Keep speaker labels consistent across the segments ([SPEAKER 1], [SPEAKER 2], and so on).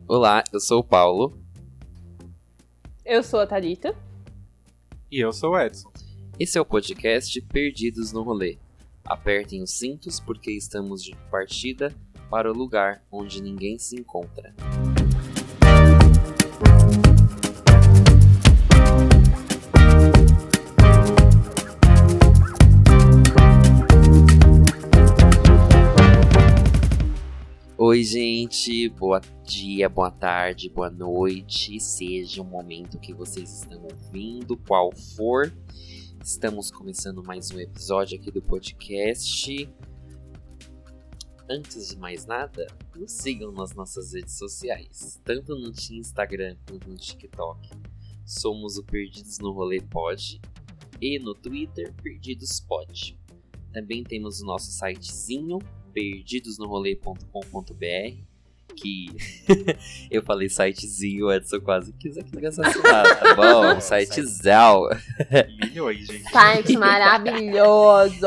[SPEAKER 1] Olá, eu sou o Paulo.
[SPEAKER 2] Eu sou a Thalita.
[SPEAKER 3] E eu sou o Edson.
[SPEAKER 1] Esse é o podcast Perdidos no Rolê. Apertem os cintos porque estamos de partida para o lugar onde ninguém se encontra. Oi, gente, boa dia, boa tarde, boa noite, seja o momento que vocês estão ouvindo, qual for. Estamos começando mais um episódio aqui do podcast. Antes de mais nada, nos sigam nas nossas redes sociais, tanto no Instagram quanto no TikTok. Somos o Perdidos no Rolê Pod e no Twitter Perdidos Pod. Também temos o nosso sitezinho perdidosnorolê.com.br, que eu falei sitezinho, o Edson quase quis aqui assassinar, tá bom? Sitezão.
[SPEAKER 3] Milhões, gente.
[SPEAKER 2] Site maravilhoso!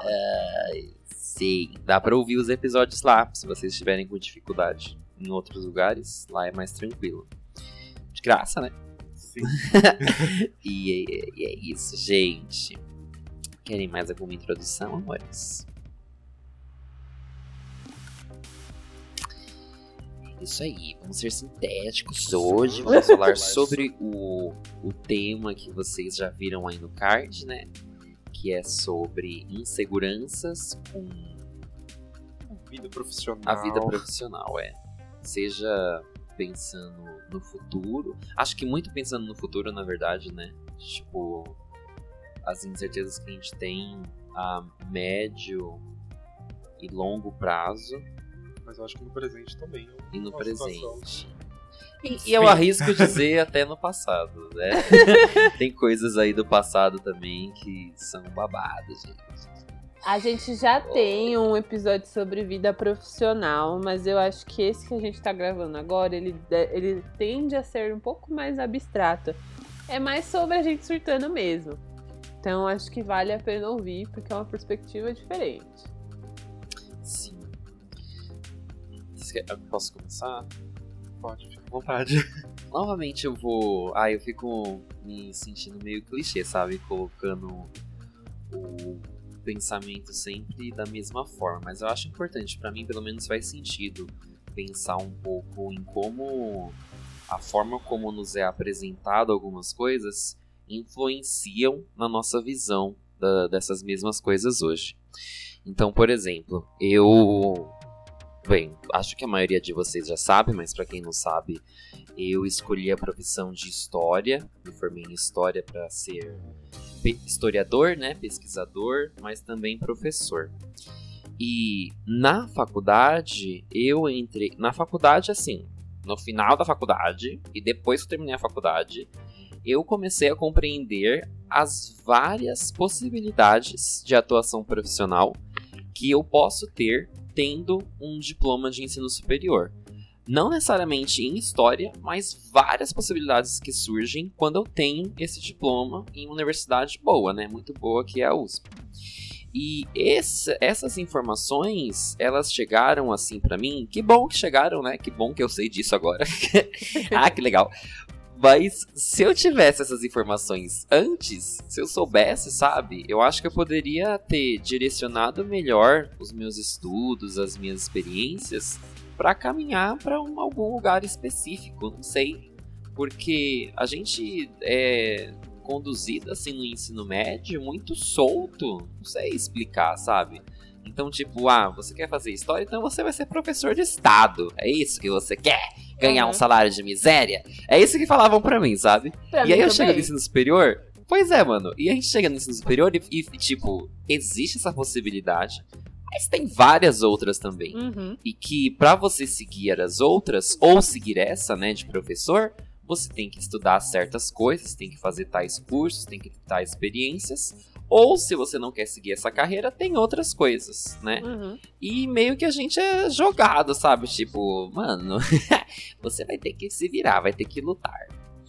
[SPEAKER 1] Sim, dá pra ouvir os episódios lá, se vocês estiverem com dificuldade. Em outros lugares, lá é mais tranquilo. De graça, né?
[SPEAKER 3] Sim.
[SPEAKER 1] E é isso, gente. Querem mais alguma introdução, amores? Isso aí, vamos ser sintéticos hoje, vamos falar sobre o tema que vocês já viram aí no card, né? Que é sobre inseguranças com
[SPEAKER 3] Vida profissional.
[SPEAKER 1] a vida profissional, Seja pensando no futuro, acho que muito pensando no futuro, na verdade, né? Tipo, as incertezas que a gente tem a médio e longo prazo.
[SPEAKER 3] Mas eu acho que no presente também.
[SPEAKER 1] E no presente.
[SPEAKER 3] Situação.
[SPEAKER 1] E eu arrisco dizer até no passado, né? Tem coisas aí do passado também que são babadas, gente.
[SPEAKER 2] A gente já tem um episódio sobre vida profissional, mas eu acho que esse que a gente tá gravando agora, ele tende a ser um pouco mais abstrato. É mais sobre a gente surtando mesmo. Então acho que vale a pena ouvir, porque é uma perspectiva diferente.
[SPEAKER 1] Sim. Posso começar?
[SPEAKER 3] Pode, fica à vontade.
[SPEAKER 1] Novamente eu fico me sentindo meio clichê, sabe? Colocando o pensamento sempre da mesma forma. Mas eu acho importante, pra mim pelo menos faz sentido pensar um pouco em como a forma como nos é apresentado algumas coisas influenciam na nossa visão dessas mesmas coisas hoje. Então, por exemplo, acho que a maioria de vocês já sabe, mas pra quem não sabe, eu escolhi a profissão de História. Me formei em História para ser historiador, né, pesquisador, mas também professor. E na faculdade, eu entrei... Na faculdade, assim, no final da faculdade, e depois que eu terminei a faculdade, eu comecei a compreender as várias possibilidades de atuação profissional que eu posso ter tendo um diploma de ensino superior. Não necessariamente em história, mas várias possibilidades que surgem quando eu tenho esse diploma em uma universidade boa, né? Muito boa, que é a USP. E essas informações, elas chegaram assim pra mim. Que bom que chegaram, né? Que bom que eu sei disso agora. Ah, que legal. Mas se eu tivesse essas informações antes, se eu soubesse, sabe? Eu acho que eu poderia ter direcionado melhor os meus estudos, as minhas experiências, para caminhar para algum lugar específico, não sei. Porque a gente é conduzido assim no ensino médio muito solto, não sei explicar, sabe? Então, tipo, você quer fazer história, então você vai ser professor de estado. É isso que você quer? Ganhar um salário de miséria? É isso que falavam pra mim, sabe? E aí eu chego no ensino superior... Pois é, mano. E a gente chega no ensino superior e tipo, existe essa possibilidade, mas tem várias outras também.
[SPEAKER 2] Uhum.
[SPEAKER 1] E que pra você seguir as outras, ou seguir essa, né, de professor, você tem que estudar certas coisas, tem que fazer tais cursos, tem que ter tais experiências... Ou, se você não quer seguir essa carreira, tem outras coisas, né?
[SPEAKER 2] Uhum.
[SPEAKER 1] E meio que a gente é jogado, sabe? Tipo, mano, você vai ter que se virar, vai ter que lutar.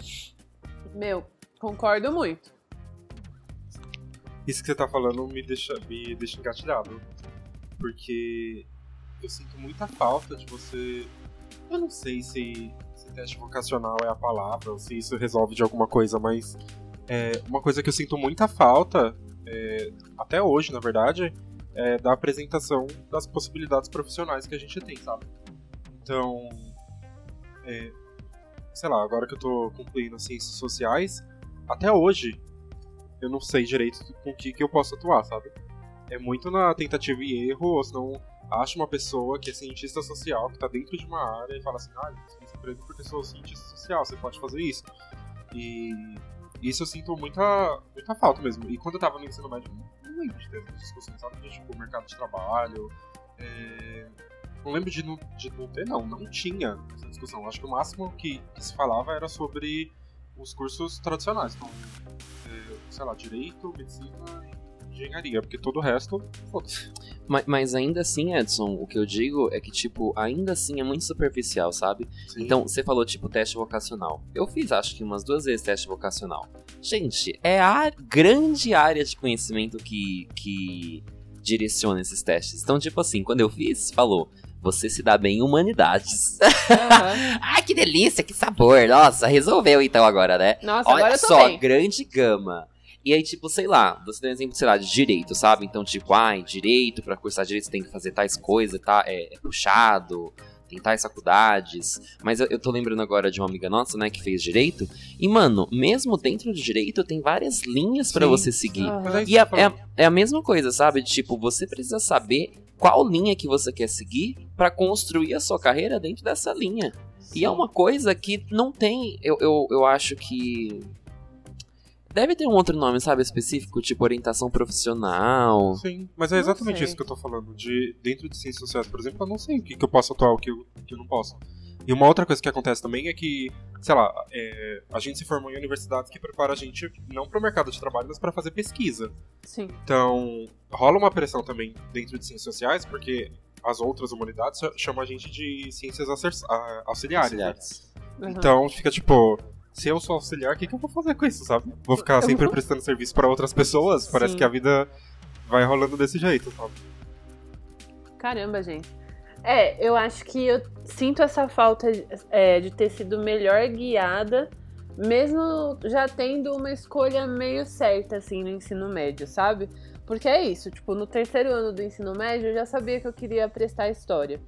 [SPEAKER 2] Concordo muito.
[SPEAKER 3] Isso que você tá falando me deixa engatilhado. Porque eu sinto muita falta de você Eu não sei se teste vocacional é a palavra, ou se isso resolve de alguma coisa, mas uma coisa que eu sinto muita falta, até hoje, na verdade, é da apresentação das possibilidades profissionais que a gente tem, sabe? Então, sei lá, agora que eu tô concluindo ciências sociais, até hoje eu não sei direito com o que eu posso atuar, sabe? É muito na tentativa e erro, ou senão acha uma pessoa que é cientista social, que tá dentro de uma área e fala assim, eu fiz emprego porque sou cientista social, você pode fazer isso. E isso eu sinto muita falta mesmo. E quando eu tava no ensino médio, não lembro de ter essas discussões, sabe? De, tipo, mercado de trabalho. Não lembro de não ter, não tinha essa discussão. Acho que o máximo que se falava era sobre os cursos tradicionais. Então, sei lá, direito, medicina e engenharia, porque todo o resto, foda-se.
[SPEAKER 1] Mas ainda assim, Edson, o que eu digo é que, tipo, ainda assim é muito superficial, sabe?
[SPEAKER 3] Sim.
[SPEAKER 1] Então, você falou, tipo, teste vocacional. Eu fiz, acho que umas 2 vezes teste vocacional. Gente, é a grande área de conhecimento que direciona esses testes. Então, tipo assim, quando eu fiz, falou, você se dá bem em humanidades.
[SPEAKER 2] Uhum.
[SPEAKER 1] Ai, que delícia, que sabor. Nossa, resolveu então agora, né?
[SPEAKER 2] Nossa,
[SPEAKER 1] Olha
[SPEAKER 2] agora eu tô
[SPEAKER 1] só,
[SPEAKER 2] bem.
[SPEAKER 1] grande gama. E aí, tipo, sei lá, você deu um exemplo, sei lá, de direito, sabe? Então, tipo, direito, pra cursar direito você tem que fazer tais coisas, tá? É puxado, tem tais faculdades. Mas eu tô lembrando agora de uma amiga nossa, né, que fez direito. E, mano, mesmo dentro do direito, tem várias linhas pra
[SPEAKER 3] Sim.
[SPEAKER 1] você seguir.
[SPEAKER 2] Uhum.
[SPEAKER 3] Mas
[SPEAKER 1] E é a mesma coisa, sabe? Tipo, você precisa saber qual linha que você quer seguir pra construir a sua carreira dentro dessa linha. E é uma coisa que não tem, eu acho que... Deve ter um outro nome, sabe, específico, tipo orientação profissional.
[SPEAKER 3] Sim, mas é
[SPEAKER 2] Não
[SPEAKER 3] exatamente
[SPEAKER 2] sei.
[SPEAKER 3] isso que eu tô falando. Dentro de ciências sociais, por exemplo, eu não sei o que eu posso atuar, o que eu não posso. E uma outra coisa que acontece também é que, sei lá, a gente se formou em universidades que preparam a gente não para o mercado de trabalho, mas para fazer pesquisa.
[SPEAKER 2] Sim.
[SPEAKER 3] Então, rola uma pressão também dentro de ciências sociais, porque as outras humanidades chamam a gente de ciências auxiliares. Né?
[SPEAKER 2] Uhum.
[SPEAKER 3] Então, fica tipo... Se eu sou auxiliar, o que eu vou fazer com isso, sabe? Vou ficar sempre prestando serviço pra outras pessoas? Parece
[SPEAKER 2] Sim.
[SPEAKER 3] que a vida vai rolando desse jeito, sabe?
[SPEAKER 2] Caramba, gente. Eu acho que eu sinto essa falta de ter sido melhor guiada, mesmo já tendo uma escolha meio certa, assim, no ensino médio, sabe? Porque é isso, tipo, no 3º ano do ensino médio, eu já sabia que eu queria prestar história.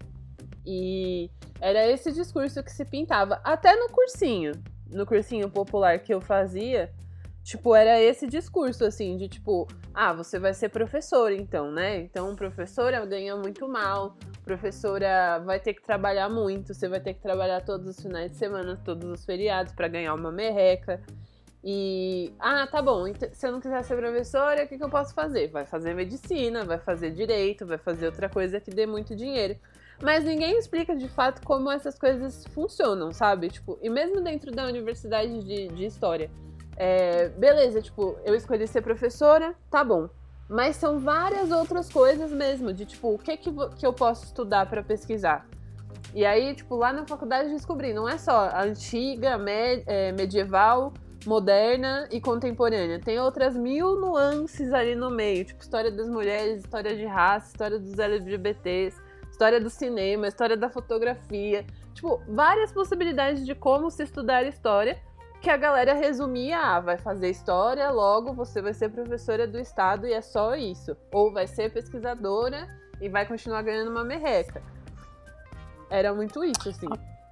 [SPEAKER 2] E era esse discurso que se pintava, até no cursinho popular que eu fazia, tipo, era esse discurso, assim, de tipo, você vai ser professora, então, né? Então, professora ganha muito mal, professora vai ter que trabalhar muito, você vai ter que trabalhar todos os finais de semana, todos os feriados pra ganhar uma merreca. E, tá bom, então, se eu não quiser ser professora, o que eu posso fazer? Vai fazer medicina, vai fazer direito, vai fazer outra coisa que dê muito dinheiro. Mas ninguém explica de fato como essas coisas funcionam, sabe? Tipo, e mesmo dentro da universidade de história. Beleza, tipo, eu escolhi ser professora, tá bom. Mas são várias outras coisas mesmo, de tipo, o que eu posso estudar pra pesquisar? E aí, tipo, lá na faculdade eu descobri, não é só a antiga, medieval, moderna e contemporânea. Tem outras 1000 nuances ali no meio, tipo, história das mulheres, história de raça, história dos LGBTs, história do cinema, história da fotografia. Tipo, várias possibilidades de como se estudar história, que a galera resumia, vai fazer história, logo você vai ser professora do estado e é só isso. Ou vai ser pesquisadora e vai continuar ganhando uma merreca. Era muito isso, assim.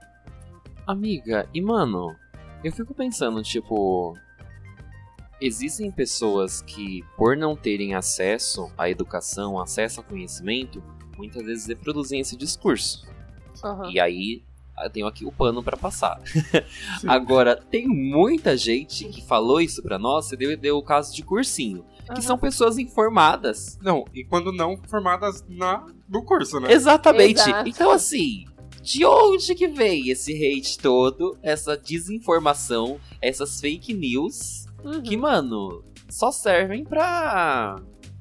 [SPEAKER 1] Amiga, e mano, eu fico pensando, tipo... Existem pessoas que, por não terem acesso à educação, acesso ao conhecimento, muitas vezes reproduzem esse discurso.
[SPEAKER 2] Uhum.
[SPEAKER 1] E aí, eu tenho aqui o pano pra passar. Agora, tem muita gente que falou isso pra nós, e deu o caso de cursinho. Que são pessoas informadas.
[SPEAKER 3] Não, e quando não formadas no curso, né?
[SPEAKER 1] Exatamente.
[SPEAKER 2] Exato.
[SPEAKER 1] Então, assim, de onde que veio esse hate todo, essa desinformação, essas fake news, que, mano, só servem pra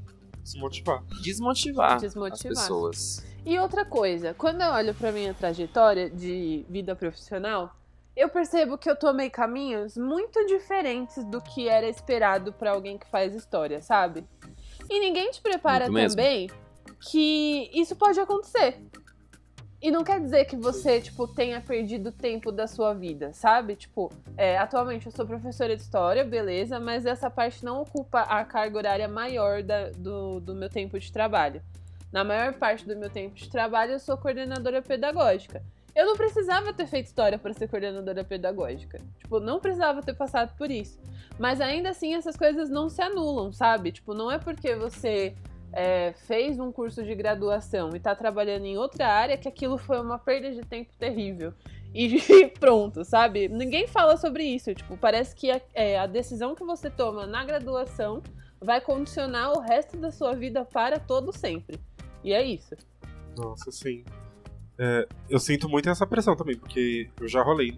[SPEAKER 1] desmotivar as pessoas.
[SPEAKER 2] E outra coisa, quando eu olho pra minha trajetória de vida profissional, eu percebo que eu tomei caminhos muito diferentes do que era esperado pra alguém que faz história, sabe? E ninguém te prepara
[SPEAKER 1] Muito mesmo.
[SPEAKER 2] também que isso pode acontecer. E não quer dizer que você, tipo, tenha perdido tempo da sua vida, sabe? Tipo, atualmente eu sou professora de história, beleza, mas essa parte não ocupa a carga horária maior do meu tempo de trabalho. Na maior parte do meu tempo de trabalho, eu sou coordenadora pedagógica. Eu não precisava ter feito história para ser coordenadora pedagógica. Tipo, não precisava ter passado por isso. Mas ainda assim, essas coisas não se anulam, sabe? Tipo, não é porque você fez um curso de graduação e tá trabalhando em outra área que aquilo foi uma perda de tempo terrível. E pronto, sabe? Ninguém fala sobre isso. Tipo, parece que a decisão que você toma na graduação vai condicionar o resto da sua vida para todo sempre. E é isso.
[SPEAKER 3] Nossa, sim. Eu sinto muito essa pressão também, porque eu já rodei,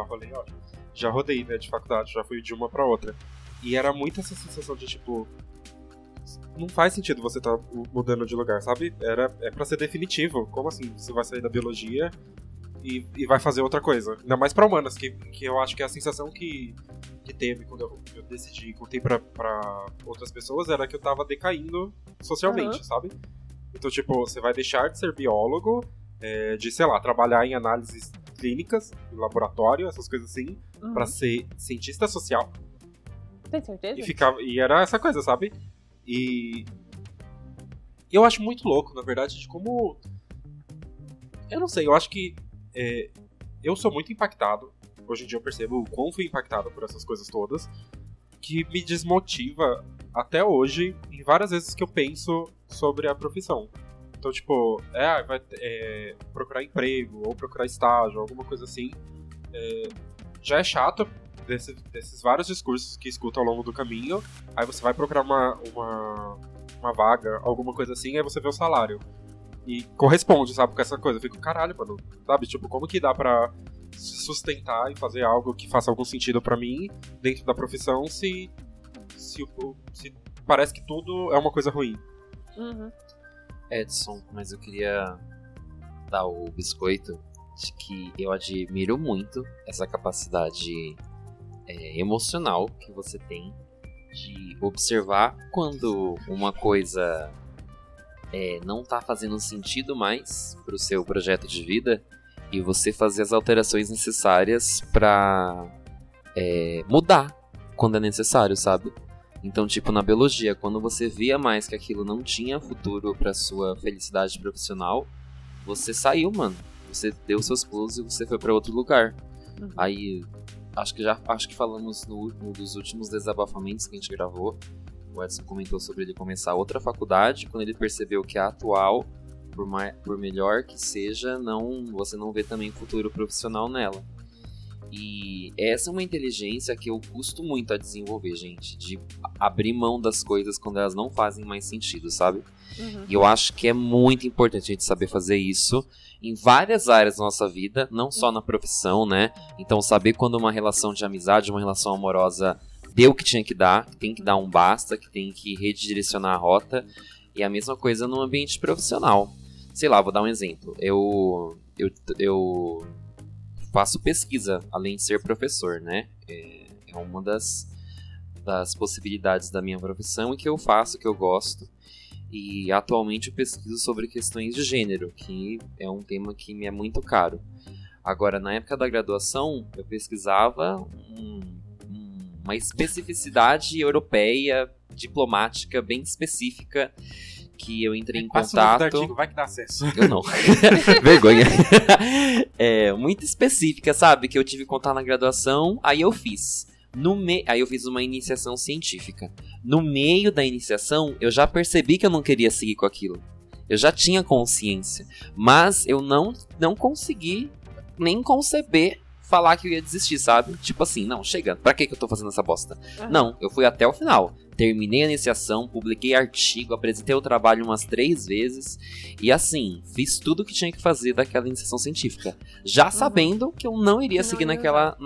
[SPEAKER 3] né, de faculdade, já fui de uma pra outra. E era muito essa sensação de, tipo, não faz sentido você tá mudando de lugar, sabe? É pra ser definitivo. Como assim? Você vai sair da biologia e vai fazer outra coisa. Ainda mais pra humanas, que eu acho que a sensação que teve quando eu decidi, contei pra outras pessoas, era que eu tava decaindo socialmente, sabe? Então, tipo, você vai deixar de ser biólogo, de, sei lá, trabalhar em análises clínicas, em laboratório, essas coisas assim, pra ser cientista social.
[SPEAKER 2] Tem certeza?
[SPEAKER 3] E era essa coisa, sabe? E eu acho muito louco, na verdade, de como... Eu não sei, eu acho que eu sou muito impactado. Hoje em dia eu percebo o quão fui impactado por essas coisas todas, que me desmotiva até hoje em várias vezes que eu penso sobre a profissão. Então, tipo, vai procurar emprego ou procurar estágio, alguma coisa assim. Já é chato desses vários discursos que escuta ao longo do caminho. Aí você vai procurar uma vaga, alguma coisa assim, aí você vê o salário. E corresponde, sabe, com essa coisa. Eu fico, caralho, mano, sabe? Tipo, como que dá pra sustentar e fazer algo que faça algum sentido pra mim dentro da profissão se parece que tudo é uma coisa ruim.
[SPEAKER 1] Edson, mas eu queria dar o biscoito de que eu admiro muito essa capacidade emocional que você tem de observar quando uma coisa não tá fazendo sentido mais pro seu projeto de vida e você fazer as alterações necessárias pra mudar quando é necessário, sabe? Então, tipo, na biologia, quando você via mais que aquilo não tinha futuro pra sua felicidade profissional, você saiu, mano. Você deu seus pulos e você foi pra outro lugar. Aí, acho que falamos no dos últimos desabafamentos que a gente gravou. O Edson comentou sobre ele começar outra faculdade, quando ele percebeu que a atual, por melhor que seja, você não vê também futuro profissional nela. E essa é uma inteligência que eu custo muito a desenvolver, gente, de abrir mão das coisas quando elas não fazem mais sentido, sabe? E eu acho que é muito importante a gente saber fazer isso em várias áreas da nossa vida, não só na profissão, né? Então saber quando uma relação de amizade, uma relação amorosa deu o que tinha que dar, que tem que dar um basta, que tem que redirecionar a rota. E a mesma coisa no ambiente profissional. Sei lá, vou dar um exemplo. Eu faço pesquisa, além de ser professor, né? É uma das possibilidades da minha profissão e que eu faço, que eu gosto. E atualmente eu pesquiso sobre questões de gênero, que é um tema que me é muito caro. Agora, na época da graduação, eu pesquisava uma especificidade europeia, diplomática, bem específica, que eu entrei em
[SPEAKER 3] Passa
[SPEAKER 1] contato...
[SPEAKER 3] o nome do artigo, vai que dá acesso.
[SPEAKER 1] Eu não. Vergonha. Muito específica, sabe? Que eu tive contato na graduação, aí eu fiz. Aí eu fiz uma iniciação científica. No meio da iniciação, eu já percebi que eu não queria seguir com aquilo. Eu já tinha consciência. Mas eu não consegui nem conceber falar que eu ia desistir, sabe? Tipo assim, não, chega, pra que eu tô fazendo essa bosta? Não, eu fui até o final. Terminei a iniciação, publiquei artigo, apresentei o trabalho umas 3 vezes. E assim, fiz tudo o que tinha que fazer daquela iniciação científica. Já sabendo que eu não iria seguir naquela...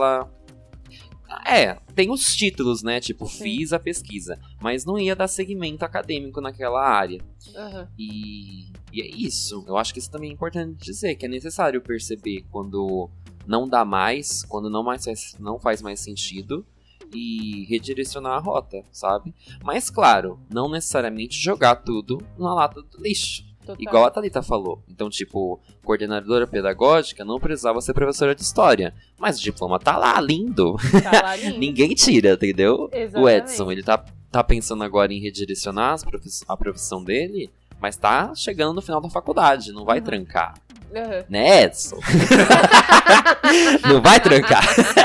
[SPEAKER 1] Tem os títulos, né? Tipo, fiz a pesquisa. Mas não ia dar segmento acadêmico naquela área. E é isso. Eu acho que isso também é importante dizer, que é necessário perceber quando não dá mais, quando não faz mais sentido, e redirecionar a rota, sabe? Mas claro, não necessariamente jogar tudo na lata do lixo.
[SPEAKER 2] Total.
[SPEAKER 1] Igual a Thalita falou. Então, tipo, coordenadora pedagógica não precisava ser professora de história. Mas o diploma tá lá, lindo.
[SPEAKER 2] Tá lá lindo.
[SPEAKER 1] Ninguém tira, entendeu?
[SPEAKER 2] Exatamente.
[SPEAKER 1] O Edson, ele tá pensando agora em redirecionar a profissão dele, mas tá chegando no final da faculdade, não vai trancar.
[SPEAKER 2] Uhum.
[SPEAKER 1] Né, Edson? Não vai trancar.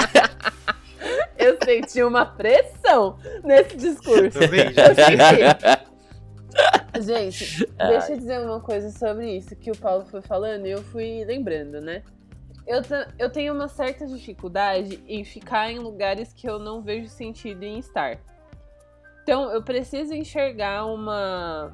[SPEAKER 2] Eu senti uma pressão nesse discurso.
[SPEAKER 3] Também,
[SPEAKER 2] Eu senti. Gente, deixa eu dizer uma coisa sobre isso que o Paulo foi falando e eu fui lembrando, né? Eu tenho uma certa dificuldade em ficar em lugares que eu não vejo sentido em estar. Então, eu preciso enxergar uma...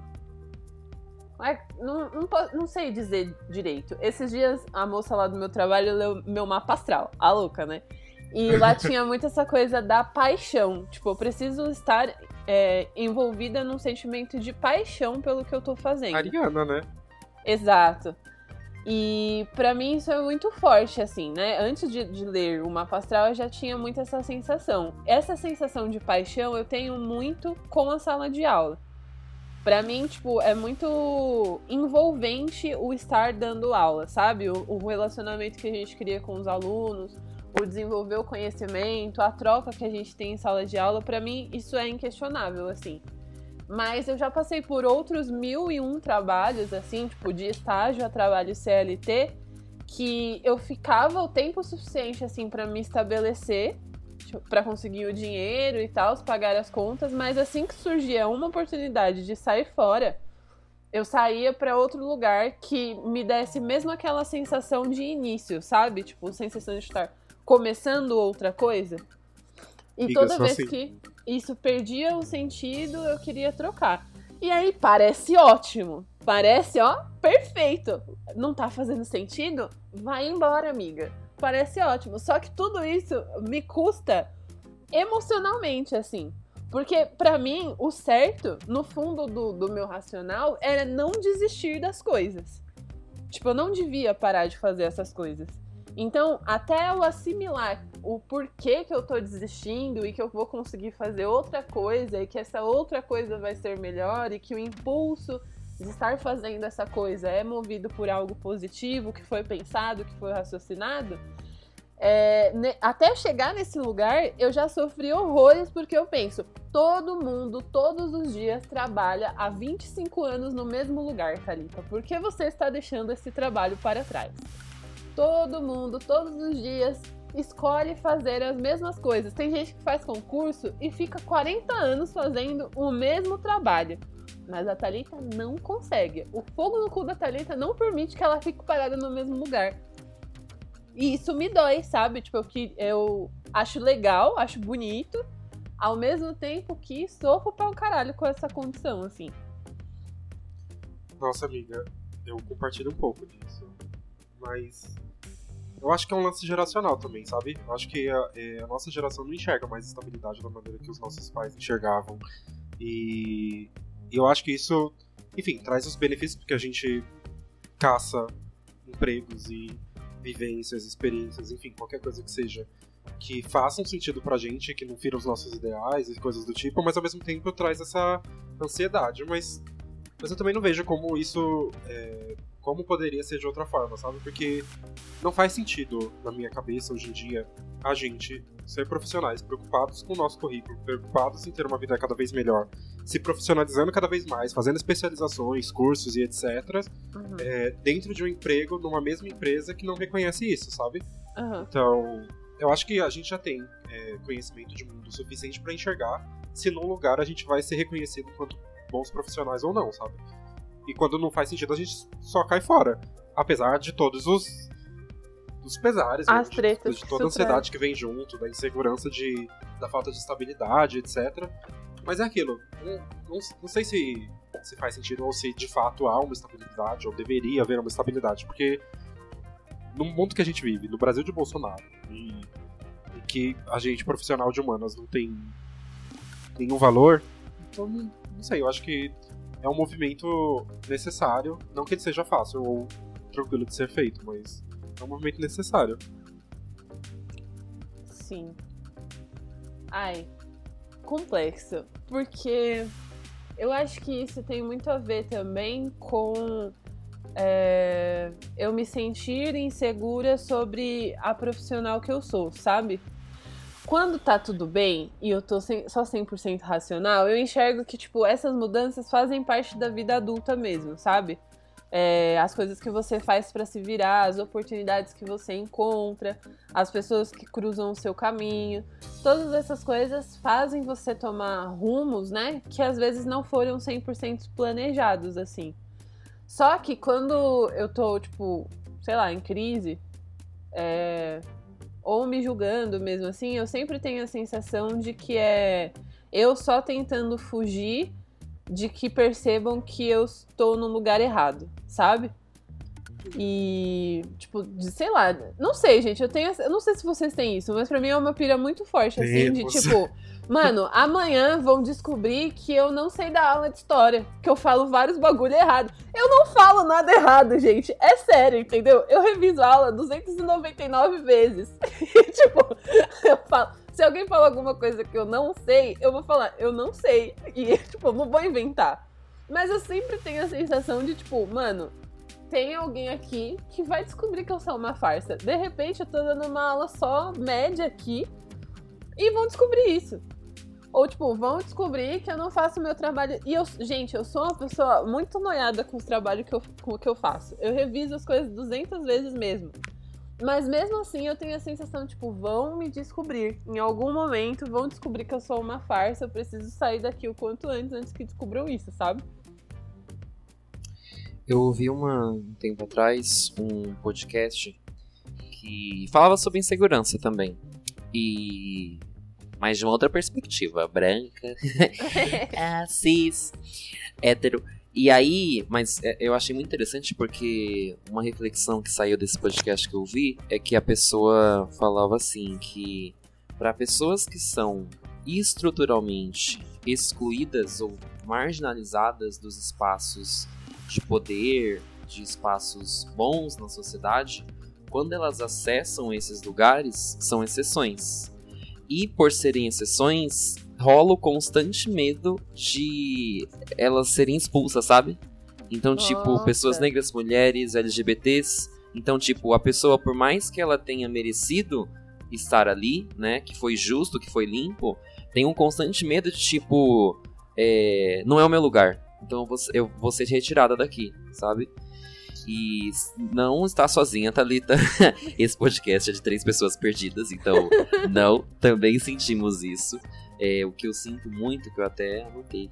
[SPEAKER 2] Não sei dizer direito. Esses dias, a moça lá do meu trabalho leu meu mapa astral, a louca, né? E lá tinha muito essa coisa da paixão. Tipo, eu preciso estar envolvida num sentimento de paixão pelo que eu tô fazendo.
[SPEAKER 3] Ariana, né?
[SPEAKER 2] Exato. E pra mim isso é muito forte, assim, né? Antes de ler o mapa astral, eu já tinha muito essa sensação. Essa sensação de paixão eu tenho muito com a sala de aula. Pra mim, tipo, é muito envolvente o estar dando aula, sabe? O relacionamento que a gente cria com os alunos, o desenvolver o conhecimento, a troca que a gente tem em sala de aula, pra mim isso é inquestionável, assim. Mas eu já passei por outros 1001 trabalhos, assim, tipo, de estágio a trabalho CLT, que eu ficava o tempo suficiente, assim, pra me estabelecer, tipo, pra conseguir o dinheiro e tal, pagar as contas, mas assim que surgia uma oportunidade de sair fora, eu saía pra outro lugar que me desse mesmo aquela sensação de início, sabe? Tipo, sensação de estar começando outra coisa. E toda vez que isso perdia o sentido, eu queria trocar. E aí parece ótimo. Parece, ó, perfeito. Não tá fazendo sentido? Vai embora, amiga. Parece ótimo. Só que tudo isso me custa emocionalmente, assim. Porque, pra mim, o certo, no fundo do meu racional, era não desistir das coisas. Tipo, eu não devia parar de fazer essas coisas. Então, até eu assimilar o porquê que eu tô desistindo e que eu vou conseguir fazer outra coisa e que essa outra coisa vai ser melhor e que o impulso de estar fazendo essa coisa é movido por algo positivo, que foi pensado, que foi raciocinado, até chegar nesse lugar, eu já sofri horrores porque eu penso, todo mundo, todos os dias, trabalha há 25 anos no mesmo lugar, Thalita. Por que você está deixando esse trabalho para trás? Todo mundo, todos os dias, escolhe fazer as mesmas coisas. Tem gente que faz concurso e fica 40 anos fazendo o mesmo trabalho. Mas a Thalita não consegue. O fogo no cu da Thalita não permite que ela fique parada no mesmo lugar. E isso me dói, sabe? Tipo, eu acho legal, acho bonito, ao mesmo tempo que sofro pra um caralho com essa condição, assim.
[SPEAKER 3] Nossa, amiga, eu compartilho um pouco disso. Mas eu acho que é um lance geracional também, sabe? Eu acho que a nossa geração não enxerga mais estabilidade da maneira que os nossos pais enxergavam. E eu acho que isso, enfim, traz os benefícios porque a gente caça empregos e vivências, experiências, enfim, qualquer coisa que seja que façam sentido pra gente, que não fira os nossos ideais e coisas do tipo, mas ao mesmo tempo traz essa ansiedade. Mas eu também não vejo como isso... como poderia ser de outra forma, sabe? Porque não faz sentido, na minha cabeça, hoje em dia, a gente ser profissionais, preocupados com o nosso currículo, preocupados em ter uma vida cada vez melhor, se profissionalizando cada vez mais, fazendo especializações, cursos e etc., dentro de um emprego, numa mesma empresa que não reconhece isso, sabe? Então, eu acho que a gente já tem conhecimento de mundo suficiente para enxergar se num lugar a gente vai ser reconhecido enquanto bons profissionais ou não, sabe? E quando não faz sentido, a gente só cai fora. Apesar de todos os pesares,
[SPEAKER 2] as tretas,
[SPEAKER 3] de toda a ansiedade que vem junto, da insegurança, da falta de estabilidade, etc. Mas é aquilo. Não sei se faz sentido ou se de fato há uma estabilidade, ou deveria haver uma estabilidade. Porque no mundo que a gente vive, no Brasil de Bolsonaro, e que a gente, profissional de humanas, não tem nenhum valor, então não sei, eu acho que é um movimento necessário, não que ele seja fácil ou tranquilo de ser feito, mas é um movimento necessário.
[SPEAKER 2] Sim. Ai, complexo. Porque Eu acho que isso tem muito a ver também com eu me sentir insegura sobre a profissional que eu sou, sabe? Quando tá tudo bem e eu tô só 100% racional, eu enxergo que, tipo, essas mudanças fazem parte da vida adulta mesmo, sabe? As coisas que você faz pra se virar, as oportunidades que você encontra, as pessoas que cruzam o seu caminho. Todas essas coisas fazem você tomar rumos, né? Que às vezes não foram 100% planejados, assim. Só que quando eu tô, tipo, sei lá, em crise, ou me julgando mesmo assim, eu sempre tenho a sensação de que eu só tentando fugir de que percebam que eu estou no lugar errado, sabe? E, tipo, sei lá, não sei, gente, eu não sei se vocês têm isso, mas pra mim é uma pira muito forte, assim, de tipo, mano, amanhã vão descobrir que eu não sei dar aula de história, que eu falo vários bagulho errado. Eu não falo nada errado, gente, é sério, entendeu? Eu reviso a aula 299 vezes. E, tipo, eu falo, se alguém fala alguma coisa que eu não sei, eu vou falar, eu não sei. E, tipo, não vou inventar. Mas eu sempre tenho a sensação de, tipo, mano, tem alguém aqui que vai descobrir que eu sou uma farsa. De repente, eu tô dando uma aula só média aqui e vão descobrir isso. Ou, tipo, vão descobrir que eu não faço o meu trabalho. E gente, eu sou uma pessoa muito noiada com os trabalhos com o que eu faço. Eu reviso as coisas 200 vezes mesmo. Mas mesmo assim, eu tenho a sensação, tipo, vão me descobrir. Em algum momento, vão descobrir que eu sou uma farsa. Eu preciso sair daqui o quanto antes que descubram isso, sabe?
[SPEAKER 1] Eu ouvi um tempo atrás um podcast que falava sobre insegurança também. Mas de uma outra perspectiva, branca, cis, hétero. E aí, mas eu achei muito interessante porque uma reflexão que saiu desse podcast que eu vi é que a pessoa falava assim, que para pessoas que são estruturalmente excluídas ou marginalizadas dos espaços de poder, de espaços bons na sociedade, quando elas acessam esses lugares, são exceções. E por serem exceções, rola o constante medo de elas serem expulsas, sabe? Então, tipo, pessoas negras, mulheres, LGBTs. Então, tipo, a pessoa, por mais que ela tenha merecido estar ali, né? Que foi justo, que foi limpo, tem um constante medo de, tipo, não é o meu lugar. Então eu vou ser retirada daqui, sabe? E não está sozinha, Thalita. Esse podcast é de 3 pessoas perdidas, então não, também sentimos isso. O que eu sinto muito, que eu até anotei.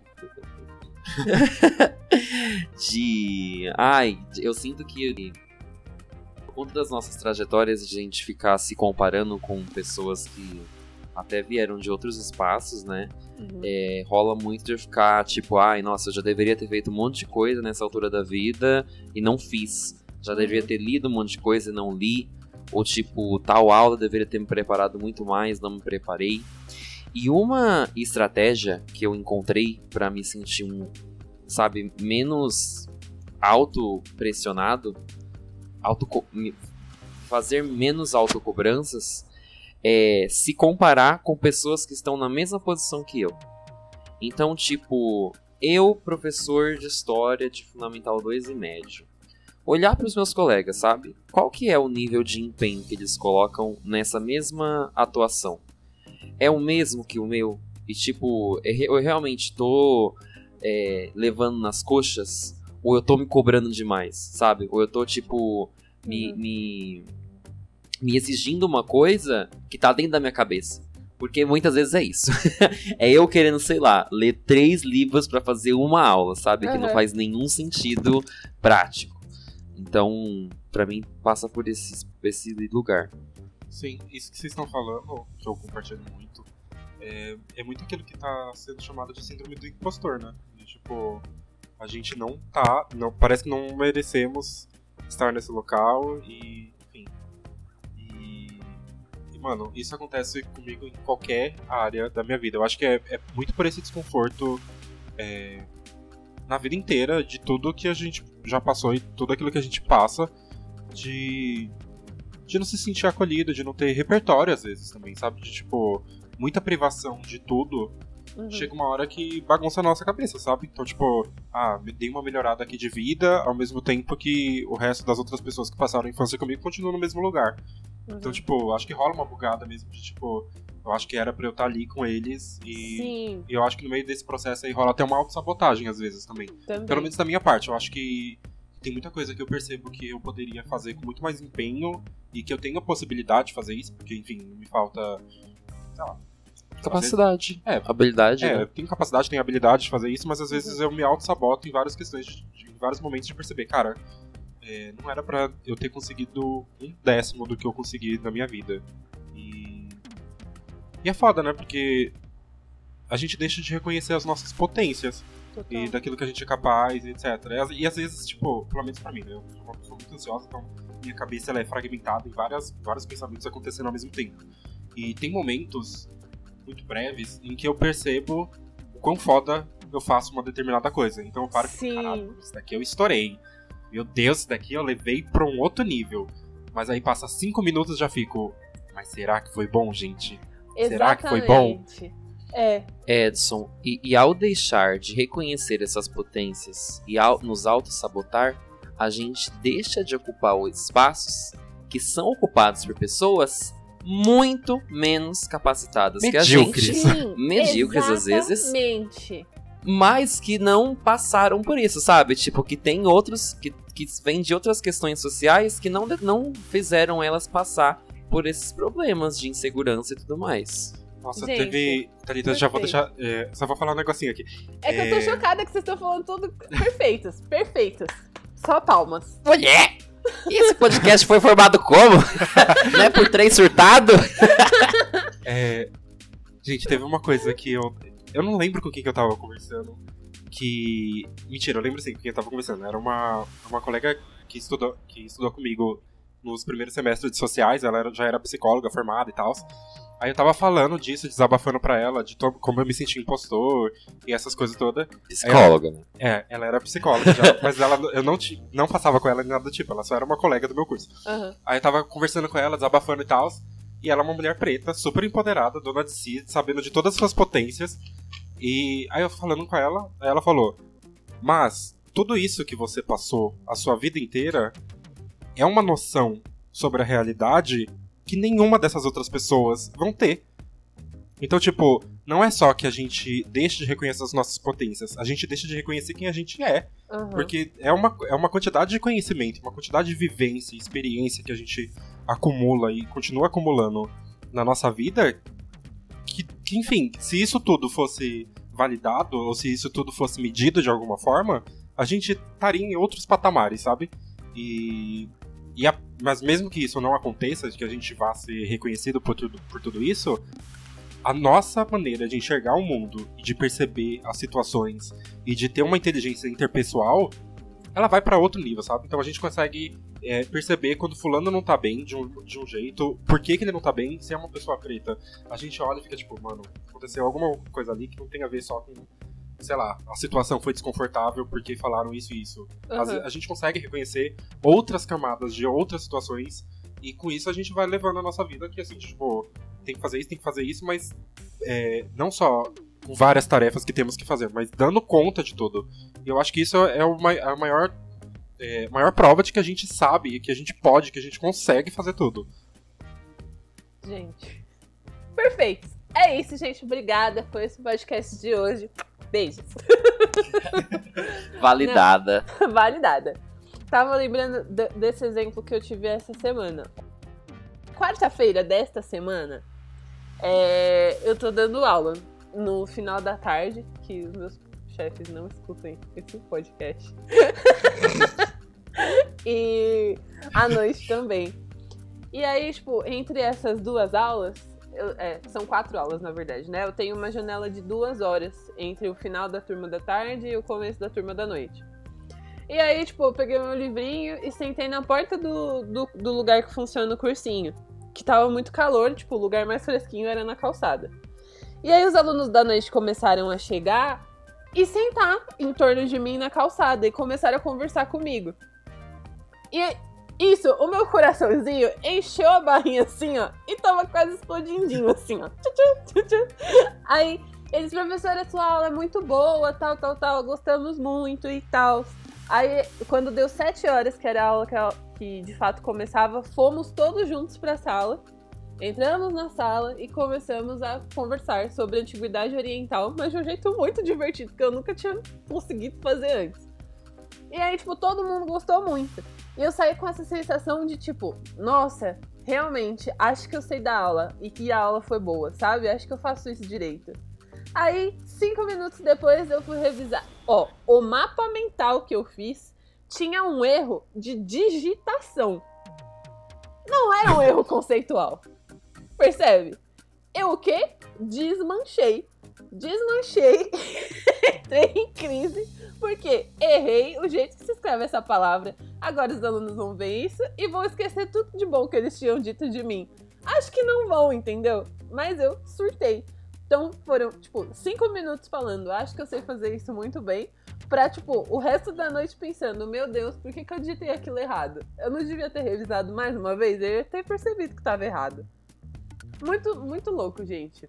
[SPEAKER 1] Eu sinto que por conta das nossas trajetórias, a gente ficar se comparando com pessoas que até vieram de outros espaços, né? Rola muito de eu ficar tipo, nossa, eu já deveria ter feito um monte de coisa nessa altura da vida e não fiz. Já deveria ter lido um monte de coisa e não li. Ou tipo, tal aula deveria ter me preparado muito mais, não me preparei. E uma estratégia que eu encontrei pra me sentir menos autopressionado, fazer menos autocobranças, se comparar com pessoas que estão na mesma posição que eu. Então, tipo, eu, professor de História de Fundamental 2 e médio, olhar para os meus colegas, sabe? Qual que é o nível de empenho que eles colocam nessa mesma atuação? É o mesmo que o meu? E, tipo, eu realmente tô levando nas coxas? Ou eu tô me cobrando demais, sabe? Ou eu tô, tipo, me exigindo uma coisa que tá dentro da minha cabeça. Porque muitas vezes é isso. É eu querendo, sei lá, ler 3 livros pra fazer uma aula, sabe? Que não faz nenhum sentido prático. Então, pra mim, passa por esse lugar.
[SPEAKER 3] Sim, isso que vocês estão falando, que eu compartilho muito, é muito aquilo que tá sendo chamado de síndrome do impostor, né? De, tipo, a gente parece que não merecemos estar nesse local e, enfim. E mano, isso acontece comigo em qualquer área da minha vida. Eu acho que é muito por esse desconforto na vida inteira, de tudo que a gente já passou e tudo aquilo que a gente passa, de não se sentir acolhido, de não ter repertório às vezes também, sabe? De, tipo, muita privação de tudo chega uma hora que bagunça a nossa cabeça, sabe? Então, tipo, dei uma melhorada aqui de vida, ao mesmo tempo que o resto das outras pessoas que passaram a infância comigo continuam no mesmo lugar. Então, tipo, acho que rola uma bugada mesmo de, tipo, eu acho que era pra eu estar ali com eles e eu acho que no meio desse processo aí rola até uma autossabotagem às vezes também. Pelo menos da minha parte, eu acho que tem muita coisa que eu percebo que eu poderia fazer com muito mais empenho e que eu tenho a possibilidade de fazer isso, porque, enfim, me falta, sei lá,
[SPEAKER 1] capacidade, habilidade.
[SPEAKER 3] Eu tenho capacidade, tenho habilidade de fazer isso, mas às vezes eu me auto-saboto em várias questões, em vários momentos de perceber, cara, não era pra eu ter conseguido 1/10 do que eu consegui na minha vida. E é foda, né? Porque a gente deixa de reconhecer as nossas potências. Total. E daquilo que a gente é capaz, etc. E às vezes, tipo, pelo menos pra mim, né? Eu sou uma pessoa muito ansiosa, então minha cabeça ela é fragmentada em vários pensamentos acontecendo ao mesmo tempo. E tem momentos muito breves em que eu percebo o quão foda eu faço uma determinada coisa. Então eu paro e fico, caralho, isso daqui eu estourei. Meu Deus, isso daqui eu levei pra um outro nível. Mas aí passa 5 minutos e já fico, mas será que foi bom, gente?
[SPEAKER 2] Exatamente.
[SPEAKER 3] Será que foi bom?
[SPEAKER 1] Edson, e ao deixar de reconhecer essas potências e ao nos auto-sabotar, a gente deixa de ocupar os espaços que são ocupados por pessoas muito menos capacitadas que a gente.
[SPEAKER 2] Sim,
[SPEAKER 1] medíocres às vezes.
[SPEAKER 2] Exatamente.
[SPEAKER 1] Mas que não passaram por isso, sabe? Tipo, que tem outros que vêm de outras questões sociais que não fizeram elas passar por esses problemas de insegurança e tudo mais.
[SPEAKER 3] Nossa,
[SPEAKER 2] gente,
[SPEAKER 3] teve... Thalita, já vou deixar... só vou falar um negocinho aqui.
[SPEAKER 2] É que eu tô chocada que vocês estão falando tudo perfeitos. Só palmas.
[SPEAKER 1] Mulher! E esse podcast foi formado como? Né? Por 3 surtados?
[SPEAKER 3] Gente, teve uma coisa que eu não lembro com quem que eu tava conversando. Mentira, eu lembro sim com quem eu tava conversando. Era uma colega que estudou comigo nos primeiros semestres de sociais. Ela já era psicóloga formada e tal. Aí eu tava falando disso, desabafando pra ela, de como eu me senti impostor e essas coisas todas.
[SPEAKER 1] Psicóloga, né?
[SPEAKER 3] Ela era psicóloga já, mas eu não passava com ela nem nada do tipo, ela só era uma colega do meu curso. Aí eu tava conversando com ela, desabafando e tal, e ela é uma mulher preta, super empoderada, dona de si, sabendo de todas as suas potências. E aí eu falando com ela, aí ela falou, mas tudo isso que você passou a sua vida inteira é uma noção sobre a realidade que nenhuma dessas outras pessoas vão ter. Então, tipo, não é só que a gente deixa de reconhecer as nossas potências, a gente deixa de reconhecer quem a gente é. Porque é uma quantidade de conhecimento, uma quantidade de vivência e experiência que a gente acumula e continua acumulando na nossa vida, que enfim, se isso tudo fosse validado, ou se isso tudo fosse medido de alguma forma, a gente estaria em outros patamares, sabe? Mas mesmo que isso não aconteça, que a gente vá ser reconhecido por tudo isso, a nossa maneira de enxergar o mundo e de perceber as situações e de ter uma inteligência interpessoal, ela vai pra outro nível, sabe? Então a gente consegue perceber quando fulano não tá bem de um jeito, por que ele não tá bem, se é uma pessoa preta. A gente olha e fica tipo, mano, aconteceu alguma coisa ali que não tem a ver só com, sei lá, a situação foi desconfortável porque falaram isso e isso. A gente consegue reconhecer outras camadas de outras situações e com isso a gente vai levando a nossa vida que assim, tipo, tem que fazer isso, mas não só com várias tarefas que temos que fazer, mas dando conta de tudo. E eu acho que isso é a maior prova de que a gente sabe, que a gente pode, que a gente consegue fazer tudo.
[SPEAKER 2] Gente, perfeito. É isso, gente. Obrigada por esse podcast de hoje. Beijos.
[SPEAKER 1] Validada.
[SPEAKER 2] Validada. Tava lembrando desse exemplo que eu tive essa semana. Quarta-feira desta semana, eu tô dando aula no final da tarde, que os meus chefes não escutem esse podcast. E à noite também. E aí, tipo, entre essas duas aulas, são 4 aulas, na verdade, né? Eu tenho uma janela de 2 horas entre o final da turma da tarde e o começo da turma da noite. E aí, tipo, eu peguei meu livrinho e sentei na porta do lugar que funciona o cursinho. Que tava muito calor, tipo, o lugar mais fresquinho era na calçada. E aí os alunos da noite começaram a chegar e sentar em torno de mim na calçada e começaram a conversar comigo. E isso, o meu coraçãozinho encheu a barrinha assim, ó, e tava quase explodindinho assim, ó. Aí Eles, professora, sua aula é muito boa, tal, gostamos muito e tal. Aí, quando deu 7 horas, que era a aula que de fato começava, fomos todos juntos pra sala. Entramos na sala e começamos a conversar sobre a antiguidade oriental, mas de um jeito muito divertido, que eu nunca tinha conseguido fazer antes. E aí, tipo, todo mundo gostou muito. E eu saí com essa sensação de, tipo, nossa, realmente, acho que eu sei dar aula e que a aula foi boa, sabe? Acho que eu faço isso direito. Aí, 5 minutos depois, eu fui revisar. Ó, o mapa mental que eu fiz tinha um erro de digitação. Não era um erro conceitual. Percebe? Eu o quê? Desmanchei. Entrei em crise, porque errei o jeito que se escreve essa palavra. Agora os alunos vão ver isso e vão esquecer tudo de bom que eles tinham dito de mim. Acho que não vão, entendeu? Mas eu surtei. Então foram, tipo, 5 minutos falando, acho que eu sei fazer isso muito bem, pra, tipo, o resto da noite pensando, meu Deus, por que eu digitei aquilo errado? Eu não devia ter revisado mais uma vez, eu ia ter percebido que tava errado. Muito, muito louco, gente.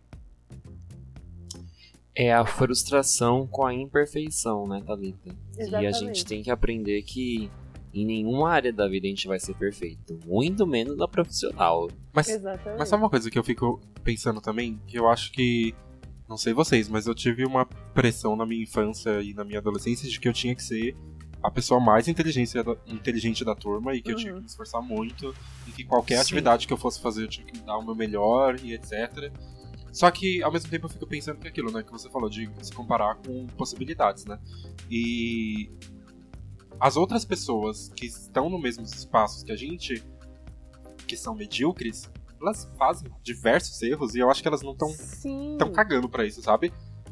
[SPEAKER 1] É a frustração com a imperfeição, né, Thalita?
[SPEAKER 2] Exatamente.
[SPEAKER 1] E a gente tem que aprender que em nenhuma área da vida a gente vai ser perfeito. Muito menos na profissional.
[SPEAKER 3] Mas
[SPEAKER 2] Exatamente.
[SPEAKER 3] sabe uma coisa que eu fico pensando também? Que eu acho que, não sei vocês, mas eu tive uma pressão na minha infância e na minha adolescência de que eu tinha que ser a pessoa mais inteligente da turma e que eu tinha que me esforçar muito e que qualquer atividade que eu fosse fazer eu tinha que dar o meu melhor e etc. Só que, ao mesmo tempo, eu fico pensando que aquilo, né, que você falou, de se comparar com possibilidades, né? E as outras pessoas que estão no mesmo espaço que a gente, que são medíocres, elas fazem diversos erros e eu acho que elas não estão cagando pra isso, sabe?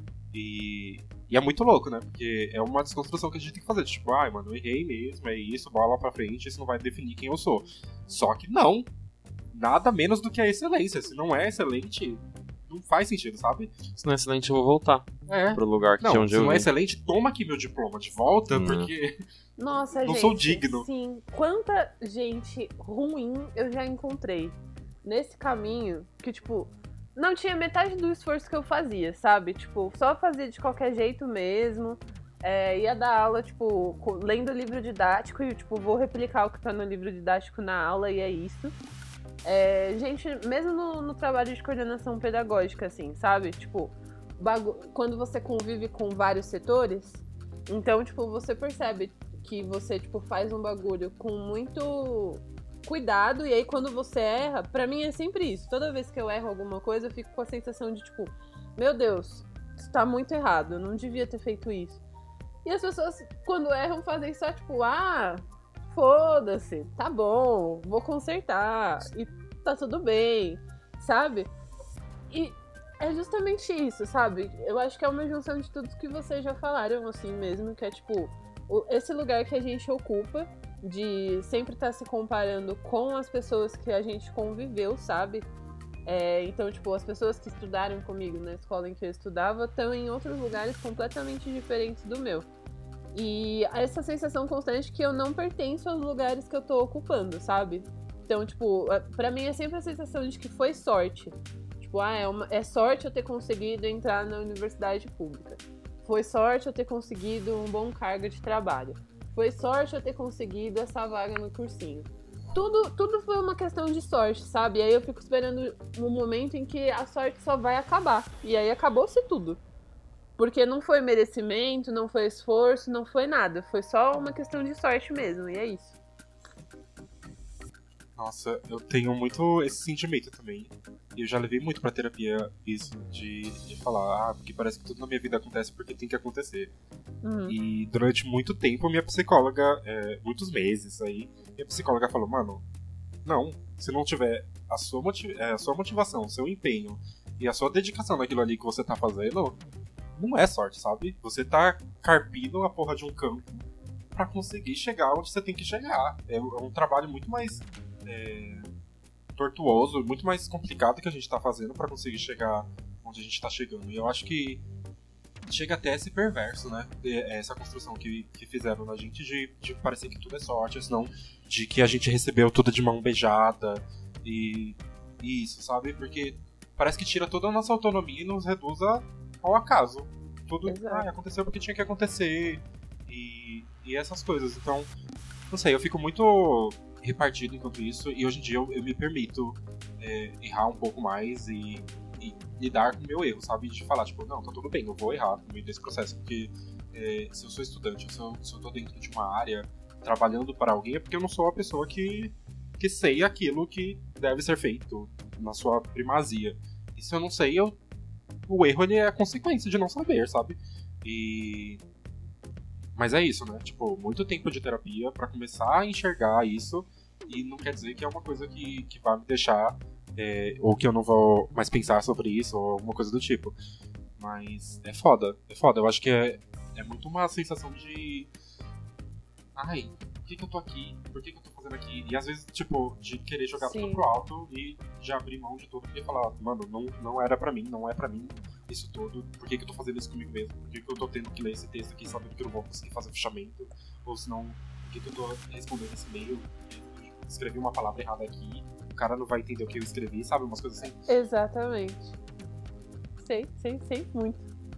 [SPEAKER 3] E é muito louco, né? Porque é uma desconstrução que a gente tem que fazer. Tipo, ai, mano, eu errei mesmo, é isso, bola pra frente, isso não vai definir quem eu sou. Só que não. Nada menos do que a excelência. Se não é excelente, não faz sentido, sabe?
[SPEAKER 1] Se não é excelente, eu vou voltar pro lugar que tinha onde
[SPEAKER 3] se
[SPEAKER 1] eu
[SPEAKER 3] não é
[SPEAKER 1] vim.
[SPEAKER 3] excelente, toma aqui meu diploma de volta, porque
[SPEAKER 2] Nossa,
[SPEAKER 3] não
[SPEAKER 2] gente,
[SPEAKER 3] sou digno.
[SPEAKER 2] Sim, quanta gente ruim eu já encontrei nesse caminho que, tipo, não tinha metade do esforço que eu fazia, sabe? Tipo, só fazia de qualquer jeito mesmo. Ia dar aula, tipo, lendo livro didático e, tipo, vou replicar o que tá no livro didático na aula e é isso. Gente, mesmo no trabalho de coordenação pedagógica, assim, sabe? Tipo, quando você convive com vários setores, então, tipo, você percebe que você, tipo, faz um bagulho com muito cuidado, e aí quando você erra, pra mim é sempre isso. Toda vez que eu erro alguma coisa, eu fico com a sensação de, tipo, meu Deus, isso tá muito errado, eu não devia ter feito isso. E as pessoas, quando erram, fazem só, tipo, foda-se, tá bom, vou consertar, e tá tudo bem, sabe? E é justamente isso, sabe? Eu acho que é uma junção de tudo que vocês já falaram, assim mesmo, que é, tipo, esse lugar que a gente ocupa, de sempre estar se comparando com as pessoas que a gente conviveu, sabe? Então, tipo, as pessoas que estudaram comigo na escola em que eu estudava estão em outros lugares completamente diferentes do meu. E essa sensação constante que eu não pertenço aos lugares que eu tô ocupando, sabe? Então, tipo, pra mim é sempre a sensação de que foi sorte. Tipo, é sorte eu ter conseguido entrar na universidade pública. Foi sorte eu ter conseguido um bom cargo de trabalho. Foi sorte eu ter conseguido essa vaga no cursinho. Tudo foi uma questão de sorte, sabe? E aí eu fico esperando um momento em que a sorte só vai acabar. E aí acabou-se tudo. Porque não foi merecimento, não foi esforço, não foi nada. Foi só uma questão de sorte mesmo, e é isso.
[SPEAKER 3] Nossa, eu tenho muito esse sentimento também. E eu já levei muito pra terapia isso, de falar, porque parece que tudo na minha vida acontece porque tem que acontecer. E durante muito tempo, minha psicóloga, muitos meses aí, minha psicóloga falou, mano, não, se não tiver a sua motivação, o seu empenho e a sua dedicação naquilo ali que você tá fazendo, não é sorte, sabe? Você tá carpindo a porra de um campo pra conseguir chegar onde você tem que chegar. É um trabalho muito mais tortuoso, muito mais complicado que a gente tá fazendo pra conseguir chegar onde a gente tá chegando. E eu acho que chega até a ser perverso, né? Essa construção que fizeram na gente de parecer que tudo é sorte, senão de que a gente recebeu tudo de mão beijada e isso, sabe? Porque parece que tira toda a nossa autonomia e nos reduz a ao acaso. Tudo
[SPEAKER 2] Exato.
[SPEAKER 3] aconteceu porque tinha que acontecer. E essas coisas. Então, não sei, eu fico muito repartido enquanto isso. E hoje em dia eu me permito errar um pouco mais e lidar com o meu erro, sabe? De falar, tipo, não, tá tudo bem, eu vou errar no meio desse processo. Porque se eu sou estudante, se eu tô dentro de uma área trabalhando para alguém, é porque eu não sou a pessoa que sei aquilo que deve ser feito na sua primazia. E se eu não sei, o erro ele é a consequência de não saber, sabe? Mas é isso, né? Tipo, muito tempo de terapia pra começar a enxergar isso. E não quer dizer que é uma coisa que vai me deixar... ou que eu não vou mais pensar sobre isso, ou alguma coisa do tipo. Mas é foda. Eu acho que é muito uma sensação de... Ai, por que eu tô aqui? Por que eu tô fazendo aqui? E às vezes, tipo, de querer jogar
[SPEAKER 2] Sim.
[SPEAKER 3] tudo pro alto e de abrir mão de tudo e falar, mano, não era pra mim, não é pra mim isso tudo. Por que eu tô fazendo isso comigo mesmo? Por que eu tô tendo que ler esse texto aqui sabendo que eu não vou conseguir fazer o fechamento? Ou senão, por que eu tô respondendo esse e-mail? Escrevi uma palavra errada aqui, o cara não vai entender o que eu escrevi, sabe? Umas coisas assim.
[SPEAKER 2] Exatamente. Sei muito.